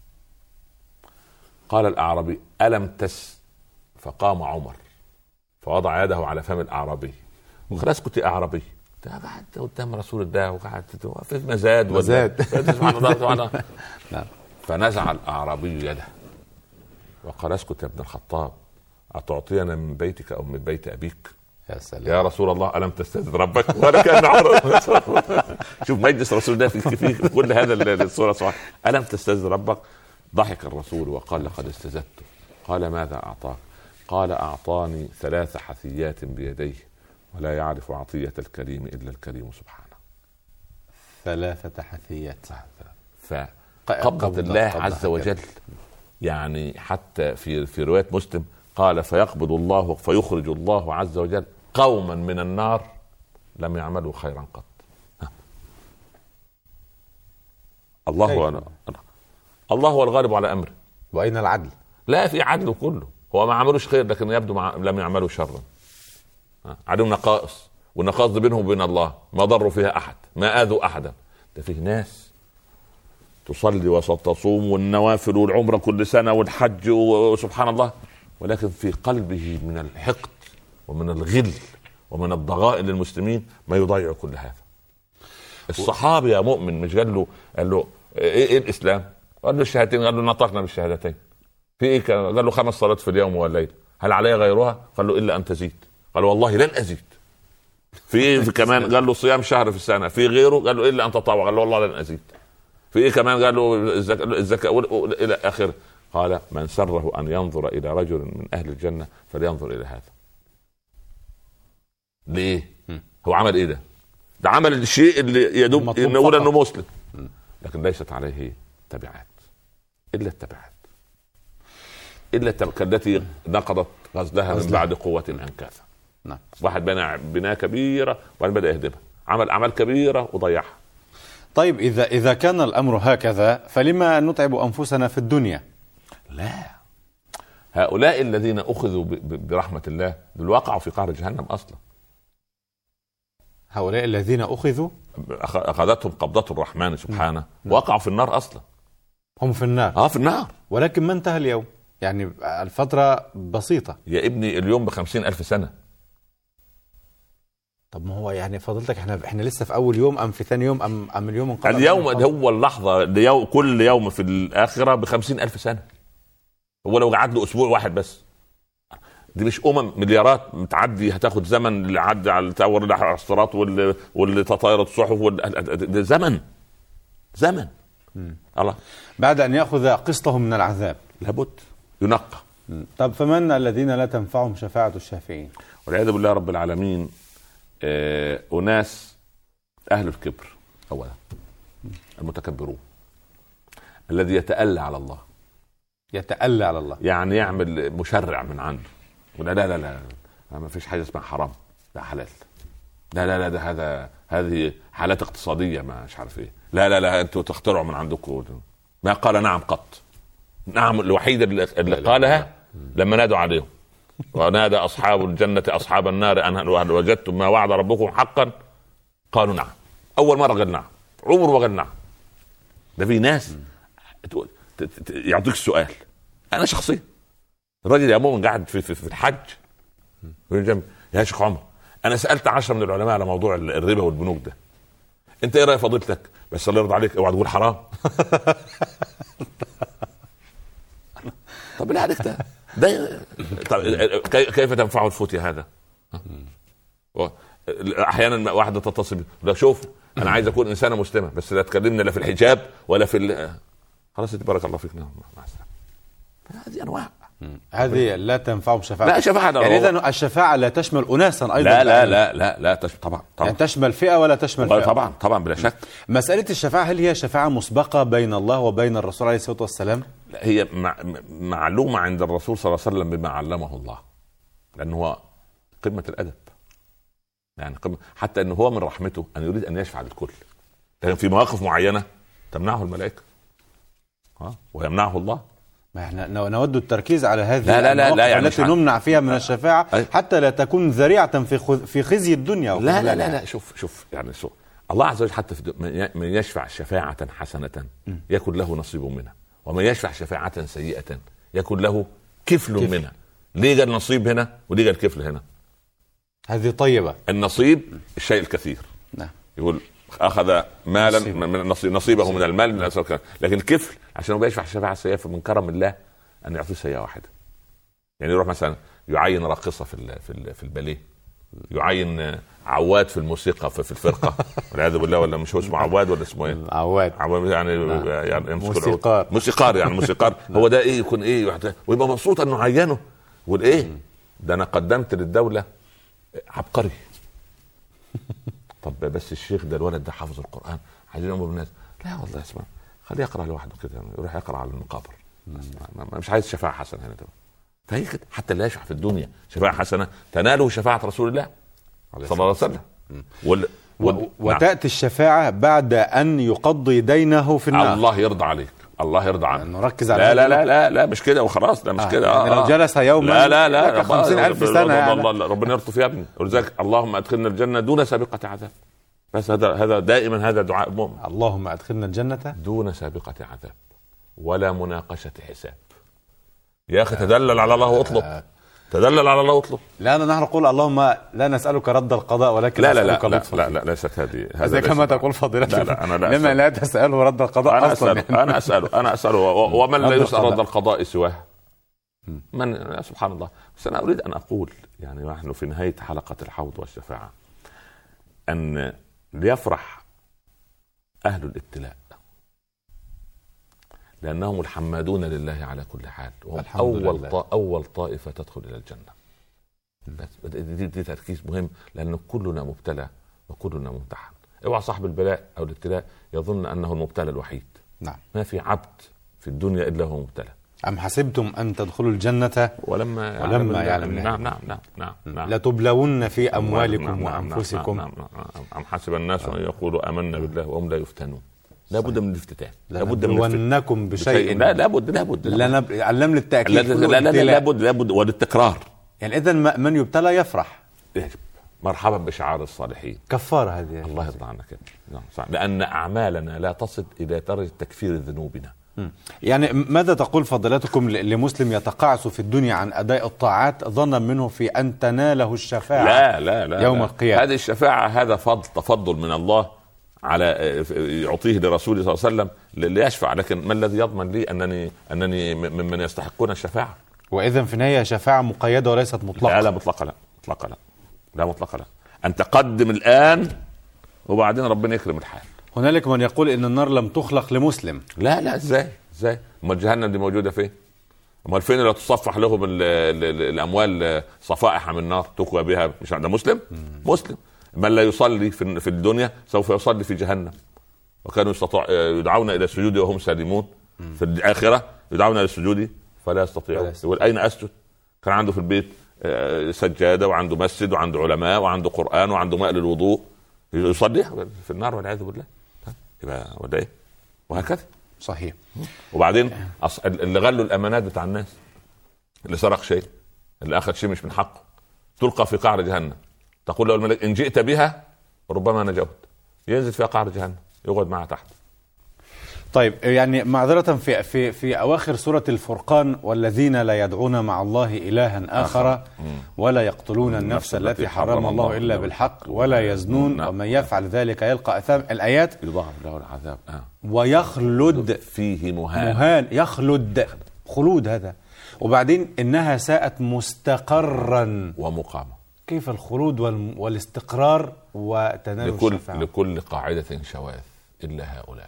قال الأعرابي ألم فقام عمر فوضع يده على فم الأعرابي وخلاص كنت أعرابي قعدت قدام رسول الله وقعدت في مزاد سبحان الله. فنزع الأعرابي يده وقال اسكت يا ابن الخطاب، أتعطينا من بيتك أو من بيت أبيك؟ يا سلام. يا رسول الله ألم تستجد ربك؟ ولا كان عرب. شوف مجلس رسول الله في كل هذا الصورة صح. ألم تستجد ربك؟ ضحك الرسول وقال لقد استزدت. قال ماذا أعطاك؟ قال أعطاني 3 حثيات بيديه ولا يعرف عطية الكريم إلا الكريم سبحانه. 3 حثيات. فقبضة الله عز وجل يعني حتى في رواية مسلم قال فيقبض الله فيخرج الله عز وجل قوما من النار لم يعملوا خيرا قط. الله هو الغالب على أمره. وأين العدل؟ لا في عدل كله، هو ما عملوش خير لكن يبدو لم يعملوا شرا. عليهم نقائص، والنقائص بينهم وبين الله ما ضروا فيها أحد، ما آذوا أحدا. ده فيه ناس تصلي وتصوم والنوافل والعمرة كل سنة والحج وسبحان الله، ولكن في قلبه من الحقد ومن الغل ومن الضغائن للمسلمين ما يضيع كل هذا. الصحابي يا مؤمن مش قال له ايه الإسلام؟ قال له الشهادتين. قال له نطقنا بالشهادتين. في ايه؟ قال له 5 صلوات في اليوم والليل. هل علي غيرها؟ قال له إلا أن تزيد. قال والله لن أزيد. في ايه كمان؟ قال له صيام شهر في السنة. في غيره؟ قال له إلا أن تطوع. قال له والله لن أزيد. في ايه كمان؟ قال له الزكاة إلى آخره. قال من سره أن ينظر إلى رجل من أهل الجنة فلينظر إلى هذا. ليه؟ هو عمل ايه؟ ده عمل الشيء اللي يدوب نقول انه مسلم، لكن ليست عليه تبعات الا التبعات، التي نقضت غزلها من بعد قوة انكاثا. نعم. واحد بنى بناء كبيرة وبعدين بدأ يهدمها، عمل أعمال كبيرة وضيعها. طيب إذا كان الأمر هكذا فلما نتعب أنفسنا في الدنيا؟ لا، هؤلاء الذين أخذوا برحمة الله دول وقعوا في قعر جهنم أصلا. هؤلاء الذين أخذوا أخذتهم قبضة الرحمن سبحانه وقعوا في النار أصلا. هم في النار؟ في النار. ولكن ما انتهى اليوم، يعني الفترة بسيطة. يا ابني اليوم ب50,000 سنة. طب ما هو يعني فضلتك احنا لسه في أول يوم أم في ثاني يوم أم اليوم انقضى؟ اليوم هو اللحظة، كل يوم في الآخرة ب50,000 سنة. هو لو قعد له أسبوع واحد بس، دي مش مليارات متعدي هتاخد زمن اللي عدى على التاور اللي على الصراط واللي تطايرت الصحف ده زمن. الله بعد أن يأخذ قسطه من العذاب لابد ينقى. طب فمن الذين لا تنفعهم شفاعة الشافعين؟ والعياذ بالله رب العالمين. أناس أهل الكبر. أولا المتكبرون الذي يتألى على الله، يعني يعمل مشرع من عنده، ولا لا لا لا ما فيش حاجة اسمها حرام، لا حلال، لا ده هذه حالات اقتصادية ما مش عارف ايه، لا انتوا تخترعوا من عندكم. ما قال نعم قط. نعم الوحيدة اللي قالها لما نادوا عليهم ونادى أصحاب الجنة أصحاب النار أن هل وجدتم ما وعد ربكم حقا؟ قالوا نعم. أول مرة قال نعم، عمر ما قال نعم. ده في ناس يعطيك السؤال. أنا شخصيا الراجل يا مؤمن قاعد في الحج يا شيخ عمر، أنا سألت 10 من العلماء على موضوع الربا والبنوك ده، أنت إيه رأي فضيلتك؟ بس الله يرضى عليك اوعى تقول حرام. طب بالله عليك ده كيف تنفعه الفتية هذا؟ احيانا واحده تتصل لا شوف انا عايز اكون انسانه مسلمه بس لا تكلمنا لا في الحجاب ولا في خلاص بارك الله فيك. مع السلامه. هذه انواع، هذه لا تنفعهم شفاعه. لا شفاعه يعني اذا الشفاعه لا تشمل اناسا ايضا. لا طبعا يعني تشمل فئه ولا تشمل فئه. طبعا بلا شك. مساله الشفاعه هل هي شفاعه مسبقه بين الله وبين الرسول عليه الصلاه والسلام؟ لا هي معلومه عند الرسول صلى الله عليه وسلم بما علمه الله، لانه هو قمه الادب، يعني حتى انه هو من رحمته ان يريد ان يشفع للكل، لكن في مواقف معينه تمنعه الملائكه ويمنعه الله. ما احنا نود التركيز على هذه لا يعني التي نمنع فيها من الشفاعه حتى لا تكون ذريعه في خزي الدنيا. لا شوف يعني الله عز وجل حتى من يشفع شفاعه حسنه يكن له نصيب منها، ومن يشفع شفاعه سيئه يكن له كفل منها. ليه قال نصيب هنا وليه قال كفل هنا؟ هذه طيبة. النصيب الشيء الكثير. نعم. يقول أخذ مالا من نصيبه من المال من الأسرار، لكن الكفل عشان هو بيشفع الشفاعة السيئة من كرم الله أن يعطيه سيئة واحدة. يعني يروح مثلا يعين راقصة في الباليه، يعين عواد في الموسيقى في الفرقة والعياذ بالله، ولا مش هو اسمه عواد ولا اسمه ايه؟ عواد يعني موسيقار يعني موسيقار. هو ده ايه يكون ايه ويبقى مبسوط انه عينه والايه ده انا قدمت للدولة عبقري. طب بس الشيخ ده الولد ده حافظ القرآن عايزين امر الناس، لا والله اسمع خليه يقرأ لوحده كده، يعني يروح يقرأ على المقابر. مش عايز شفاعة حسنة هنا ده. فهي كده حتى اللي يشفع في الدنيا شفاعة حسنة تناله شفاعة رسول الله صلى الله عليه وسلم. وتأتي الشفاعة بعد أن يقضي دينه في النار. الله يرضى عليك، الله يرضى عنك. نركز على لا مش كده وخلاص، لا مش كده. يعني لو جلس يوما لا 50,000 سنة الله ربنا يلطف يا ابني. ولذلك اللهم ادخلنا الجنة دون سابقة عذاب. بس هذا دائما هذا دعاء المؤمن. اللهم ادخلنا الجنة دون سابقة عذاب ولا مناقشة حساب. يا أخي تدلل على الله واطلب، تدلل على الله واطلب. لا نحن نقول اللهم لا نسألك رد القضاء ولكن نسألك لطفك. لا ليست هذه. هذا كما تقول فضيلتك. لا أنا لا لما لا تسأله رد القضاء أنا أصلا أنا أسأله ومن لا يسأل رد القضاء سواه من سبحان الله. بس أنا أريد أن أقول يعني نحن في نهاية حلقة الحوض والشفاعة أن ليفرح أهل الابتلاء لأنهم الحمادون لله على كل حال، وهم أول طائفة تدخل إلى الجنة. دي تركيز مهم، لأن كلنا مبتلى وكلنا ممتحن. اوعى صاحب البلاء أو الابتلاء يظن أنه المبتلى الوحيد. نعم. ما في عبد في الدنيا إلا هو مبتلى. أم حسبتم أن تدخلوا الجنة ولما يعلم الله. نعم. لتبلون في أموالكم وأنفسكم. أم حسب الناس أن يقولوا آمنا بالله وهم لا يفتنون. لابد من الافتتان، لابد من بشيء. لابد علم للتأكيد. لابد وللتكرار. يعني إذن من يبتلى يفرح. مرحبا بشعار الصالحين. كفارة هذه. الله يرضى عنك. لأن أعمالنا لا تصل إلى درجة تكفير ذنوبنا. يعني ماذا تقول فضيلتكم لمسلم يتقاعس في الدنيا عن أداء الطاعات ظنا منه في أن تناله الشفاعة لا يوم القيامة؟ هذه الشفاعة هذا تفضل من الله على يعطيه لرسوله صلى الله عليه وسلم ليشفع، لكن ما الذي يضمن لي أنني ممن يستحقون الشفاعة؟ وإذن في النهاية شفاعة مقيدة وليست مطلقة. لا مطلقة لا. أن تقدم الآن وبعدين ربنا يكرم الحال. هنالك من يقول إن النار لم تخلق لمسلم. لا ازاي امال جهنم دي موجوده فين؟ امال فين اللي تصفح لهم الاموال صفائح من النار تكوى بها؟ مش عند مسلم. من لا يصلي في الدنيا سوف يصلي في جهنم، وكانوا يدعون الى السجود وهم سالمون. في الاخره يدعون الى السجود فلا يستطيعون. يقول اين اسجد؟ كان عنده في البيت سجاده وعنده مسجد وعنده علماء وعنده قران وعنده ماء للوضوء، يصلي في النار والعياذ بالله. يبقى ولا ايه؟ وهكذا. صحيح. وبعدين اللي غلوا الامانات بتاع الناس، اللي سرق شيء، اللي اخذ شيء مش من حقه، تلقى في قعر جهنم. تقول له الملك ان جئت بها ربما نجوت. ينزل في قعر جهنم يقعد معها تحت. طيب يعني معذرة في أواخر سورة الفرقان: والذين لا يدعون مع الله إلها آخر ولا يقتلون النفس التي حرم الله إلا بالحق ولا يزنون ومن يفعل ذلك يلقى أثام. الآيات: يضاعف له العذاب ويخلد فيه مهان. يخلد، خلود هذا. وبعدين إنها ساءت مستقرا ومقاما. كيف الخلود والاستقرار وتنال الشفاعة؟ لكل قاعدة شواذ إلا هؤلاء.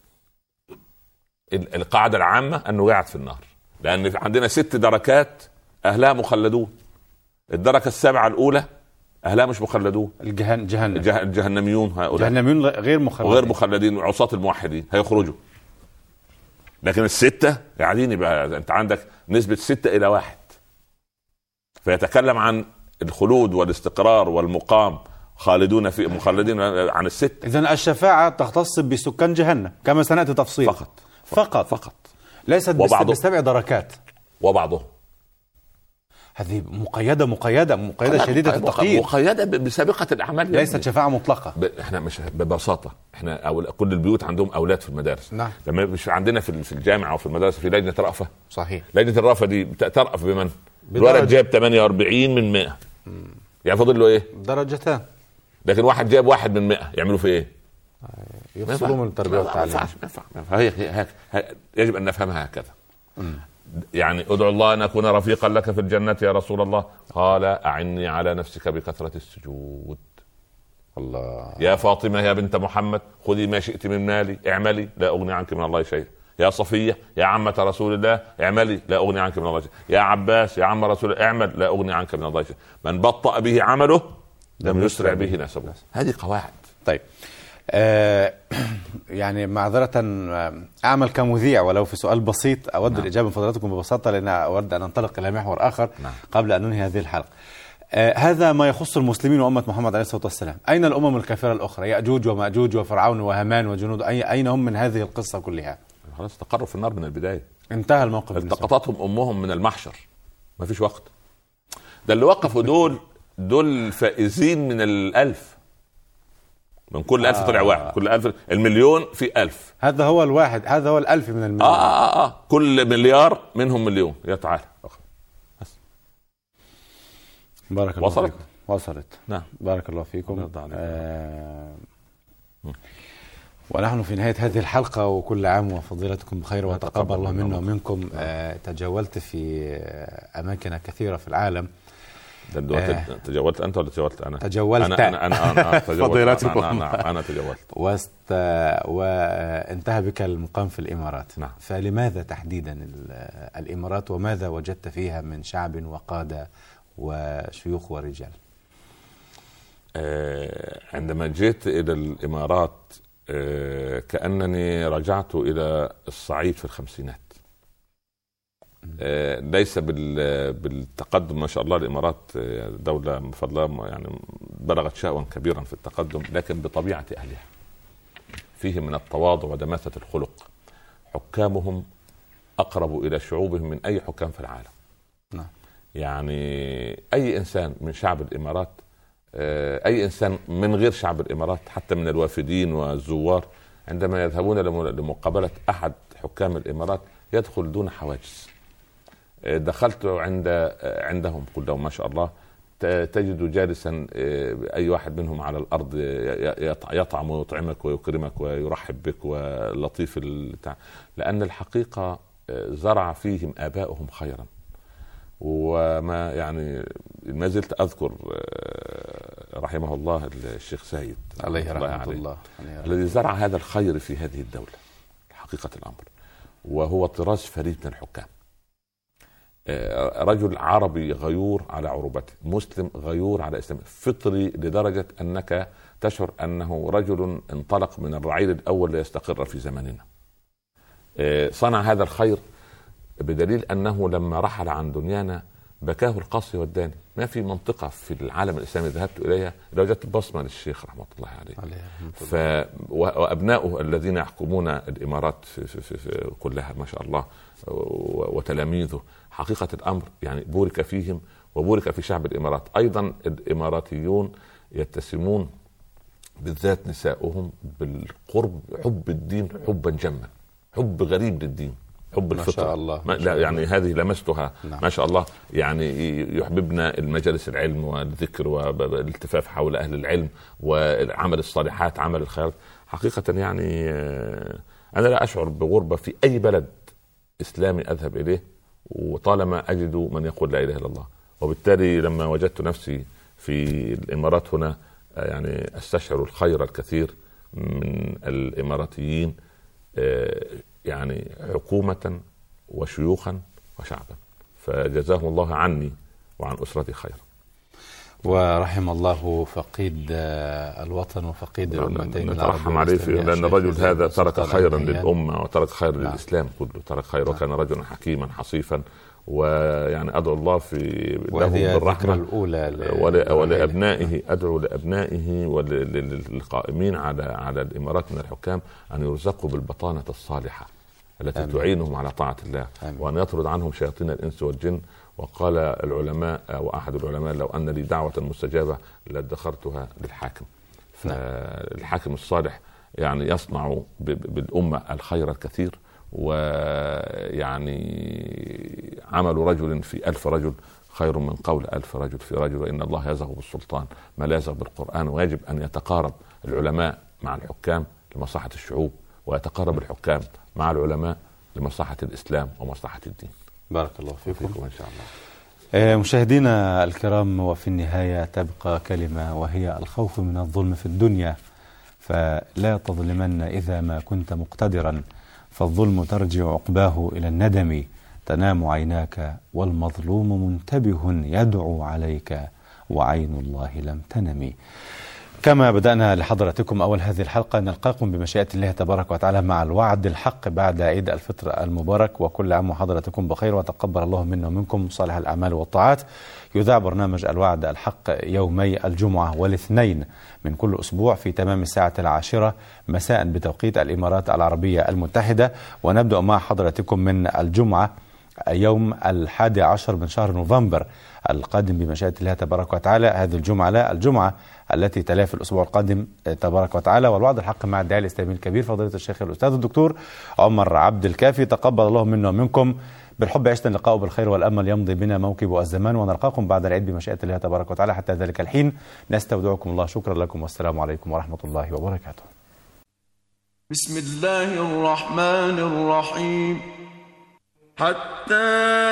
القاعدة العامة أنه قاعد في النار، لأن عندنا 6 دركات أهلها مخلدون. الدركة 7 الأولى أهلها مش مخلدون، الجهنميون. هؤلاء جهنميون غير مخلدين، عصاة الموحدين هيخرجوا. لكن 6 قاعدين. يبقى أنت عندك نسبة 6 إلى 1. فيتكلم عن الخلود والاستقرار والمقام، خالدين عن 6. إذن الشفاعة تختص بسكان جهنم كما سنأتي تفصيل. فقط ليست ب7 دركات. وبعضهم هذه مقيدة شديدة التقييد، مقيدة بسابقة الأعمال، ليست شفاعة مطلقة. احنا مش ببساطة، احنا كل البيوت عندهم أولاد في المدارس. نعم. لما مش عندنا في الجامعة أو في المدرسة في لجنة رأفة. صحيح. لجنة الرأفة دي ترأف بمن؟ الولد جاب 48 من 100، يعني فاضل له ايه؟ درجتان. لكن واحد جاب 1 من 100 يعملوا في ايه؟ يفصلوا من التربية والتعليم. فهي يجب أن نفهمها هكذا. يعني ادعو الله أن أكون رفيقا لك في الجنة يا رسول الله. قال أعني على نفسك بكثرة السجود. الله. يا فاطمة يا بنت محمد خذي ما شئت من مالي اعملي لا أغني عنك من الله شيء. يا صفية يا عمة رسول الله اعملي لا أغني عنك من الله شيء. يا عباس يا عم رسول الله اعمل لا أغني عنك من الله شيء. من بطأ به عمله لم يسرع به نسبه. هذه قواعد. طيب يعني معذرة أعمل كمذيع ولو في سؤال بسيط أود الإجابة من فضلاتكم ببساطة، لأن أود أن أنطلق إلى محور آخر قبل أن ننهي هذه الحلقة. هذا ما يخص المسلمين وأمة محمد عليه الصلاة والسلام. أين الأمم الكافرة الأخرى؟ يأجوج ومأجوج وفرعون وهامان وجنود، أين هم من هذه القصة كلها؟ خلاص استقروا في النار من البداية، انتهى الموقف. التقطتهم أمهم من المحشر، ما فيش وقت. ده اللي وقفوا دول فائزين من 1000. من كل 1000 طلع واحد، كل 1000 المليون في 1000. هذا هو الواحد، هذا هو ال1000 من المليون. كل مليار منهم مليون. يا تعالى بس. بارك الله فيكم. وصلت. نعم. بارك الله فيكم. ونحن في نهاية هذه الحلقة، وكل عام وفضيلتكم بخير وتقبل الله منا ومنكم. تجولت في أماكن كثيرة في العالم. تجولت أنت ولا تجولت أنا؟ تجولت أنا فضيلتكم. أنا تجولت. وانتهى بك المقام في الإمارات. نعم. فلماذا تحديدا الإمارات، وماذا وجدت فيها من شعب وقادة وشيوخ ورجال؟ عندما جئت إلى الإمارات كأنني رجعت إلى الصعيد في الخمسينات. ليس بالتقدم، ما شاء الله الإمارات دولة بفضل يعني بلغت شأوا كبيرا في التقدم، لكن بطبيعة أهلها فيه من التواضع ودماثة الخلق. حكامهم أقرب إلى شعوبهم من أي حكام في العالم. يعني أي إنسان من شعب الإمارات، أي إنسان من غير شعب الإمارات، حتى من الوافدين والزوار، عندما يذهبون لمقابلة أحد حكام الإمارات يدخل دون حواجز. دخلت عندهم كلهم ما شاء الله تجد جالسا أي واحد منهم على الأرض يطعم ويطعمك ويكرمك ويرحب بك ولطيف لأن الحقيقة زرع فيهم آباؤهم خيرا. وما يعني ما زلت أذكر رحمه الله الشيخ سيد عليه رحمة الله الذي زرع هذا الخير في هذه الدولة حقيقة الأمر، وهو طراز فريد من الحكام. رجل عربي غيور على عروبته، مسلم غيور على إسلام، فطري لدرجة أنك تشعر أنه رجل انطلق من الرعيل الأول ليستقر في زماننا. صنع هذا الخير بدليل أنه لما رحل عن دنيانا بكاه القاصي والداني. ما في منطقة في العالم الإسلامي ذهبت إليها وجدت بصمة للشيخ رحمة الله عليه. وأبناؤه الذين يحكمون الإمارات في كلها ما شاء الله وتلاميذه، حقيقة الأمر يعني بورك فيهم وبورك في شعب الإمارات. أيضا الإماراتيون يتسمون بالذات نساؤهم بالقرب، حب الدين حبا جما، حب غريب للدين، حب الفطرة. ما شاء الله. لا يعني هذه لمستها. نعم. ما شاء الله. يعني يحببنا المجالس العلم والذكر والالتفاف حول أهل العلم وعمل الصالحات، عمل الخيرات. حقيقة يعني أنا لا أشعر بغربة في أي بلد إسلامي أذهب إليه وطالما أجد من يقول لا إله إلا الله. وبالتالي لما وجدت نفسي في الإمارات هنا يعني أستشعر الخير الكثير من الإماراتيين، يعني حكومة وشيوخا وشعبا، فجزاهم الله عني وعن أسرتي خيرا. ورحم الله فقيد الوطن وفقيد الأمتين نترحم عليه لأن الرجل هذا ترك خيرا للأمة وترك خير للإسلام كله، ترك خير. وكان رجلا حكيما حصيفا، ويعني أدعو الله في له بالرحمة الأولى ولأبنائه. أدعو لأبنائه وللقائمين على الإمارات من الحكام أن يرزقوا بالبطانة الصالحة التي تعينهم على طاعة الله. وأن يطرد عنهم شياطين الإنس والجن. وقال العلماء وأحد العلماء لو أن لي دعوة مستجابة لادخرتها للحاكم. فالحاكم الصالح يعني يصنع بالأمة الخير الكثير. ويعني عمل رجل في 1000 رجل خير من قول 1000 رجل في رجل، وإن الله يزغ بالسلطان ما لا يزغ بالقرآن. ويجب أن يتقارب العلماء مع الحكام لمصلحة الشعوب، ويتقارب الحكام مع العلماء لمصلحة الإسلام ومصلحة الدين. بارك الله فيكم إن شاء الله. مشاهدينا الكرام، وفي النهاية تبقى كلمة وهي الخوف من الظلم في الدنيا، فلا تظلمن إذا ما كنت مقتدرا، فالظلم ترجع عقباه إلى الندم، تنام عيناك والمظلوم منتبه يدعو عليك وعين الله لم تنم. كما بدأنا لحضراتكم أول هذه الحلقة، نلقاكم بمشيئة الله تبارك وتعالى مع الوعد الحق بعد عيد الفطر المبارك، وكل عام وحضراتكم بخير، وتقبل الله منا ومنكم صالح الأعمال والطاعات. يذاع برنامج الوعد الحق يومي الجمعة والاثنين من كل أسبوع في تمام الساعة 10 مساء بتوقيت الإمارات العربية المتحدة، ونبدأ مع حضراتكم من الجمعة يوم 11 من شهر نوفمبر القادم بمشيئة الله تبارك وتعالى. هذه الجمعة لا، الجمعة التي تلاه في الأسبوع القادم تبارك وتعالى. والوعد الحق مع الداعي الإسلامي الكبير فضيلة الشيخ الأستاذ الدكتور عمر عبد الكافي، تقبل الله منا ومنكم. بالحب عشنا اللقاء بالخير والأمل يمضي بنا موكب الزمان، ونلقاكم بعد العيد بمشيئة الله تبارك وتعالى. حتى ذلك الحين نستودعكم الله. شكرا لكم والسلام عليكم ورحمة الله وبركاته. بسم الله الرحمن الرحيم. حتى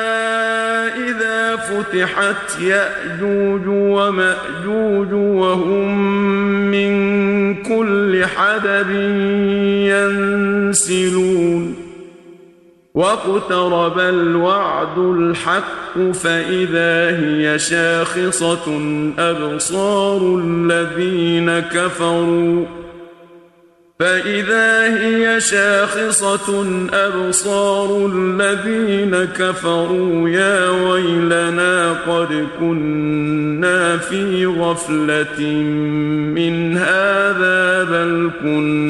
إذا فتحت يأجوج ومأجوج وهم من كل حدب ينسلون واقترب الوعد الحق فإذا هي شاخصة أبصار الذين كفروا يا ويلنا قد كنا في غفلة من هذا بل كنا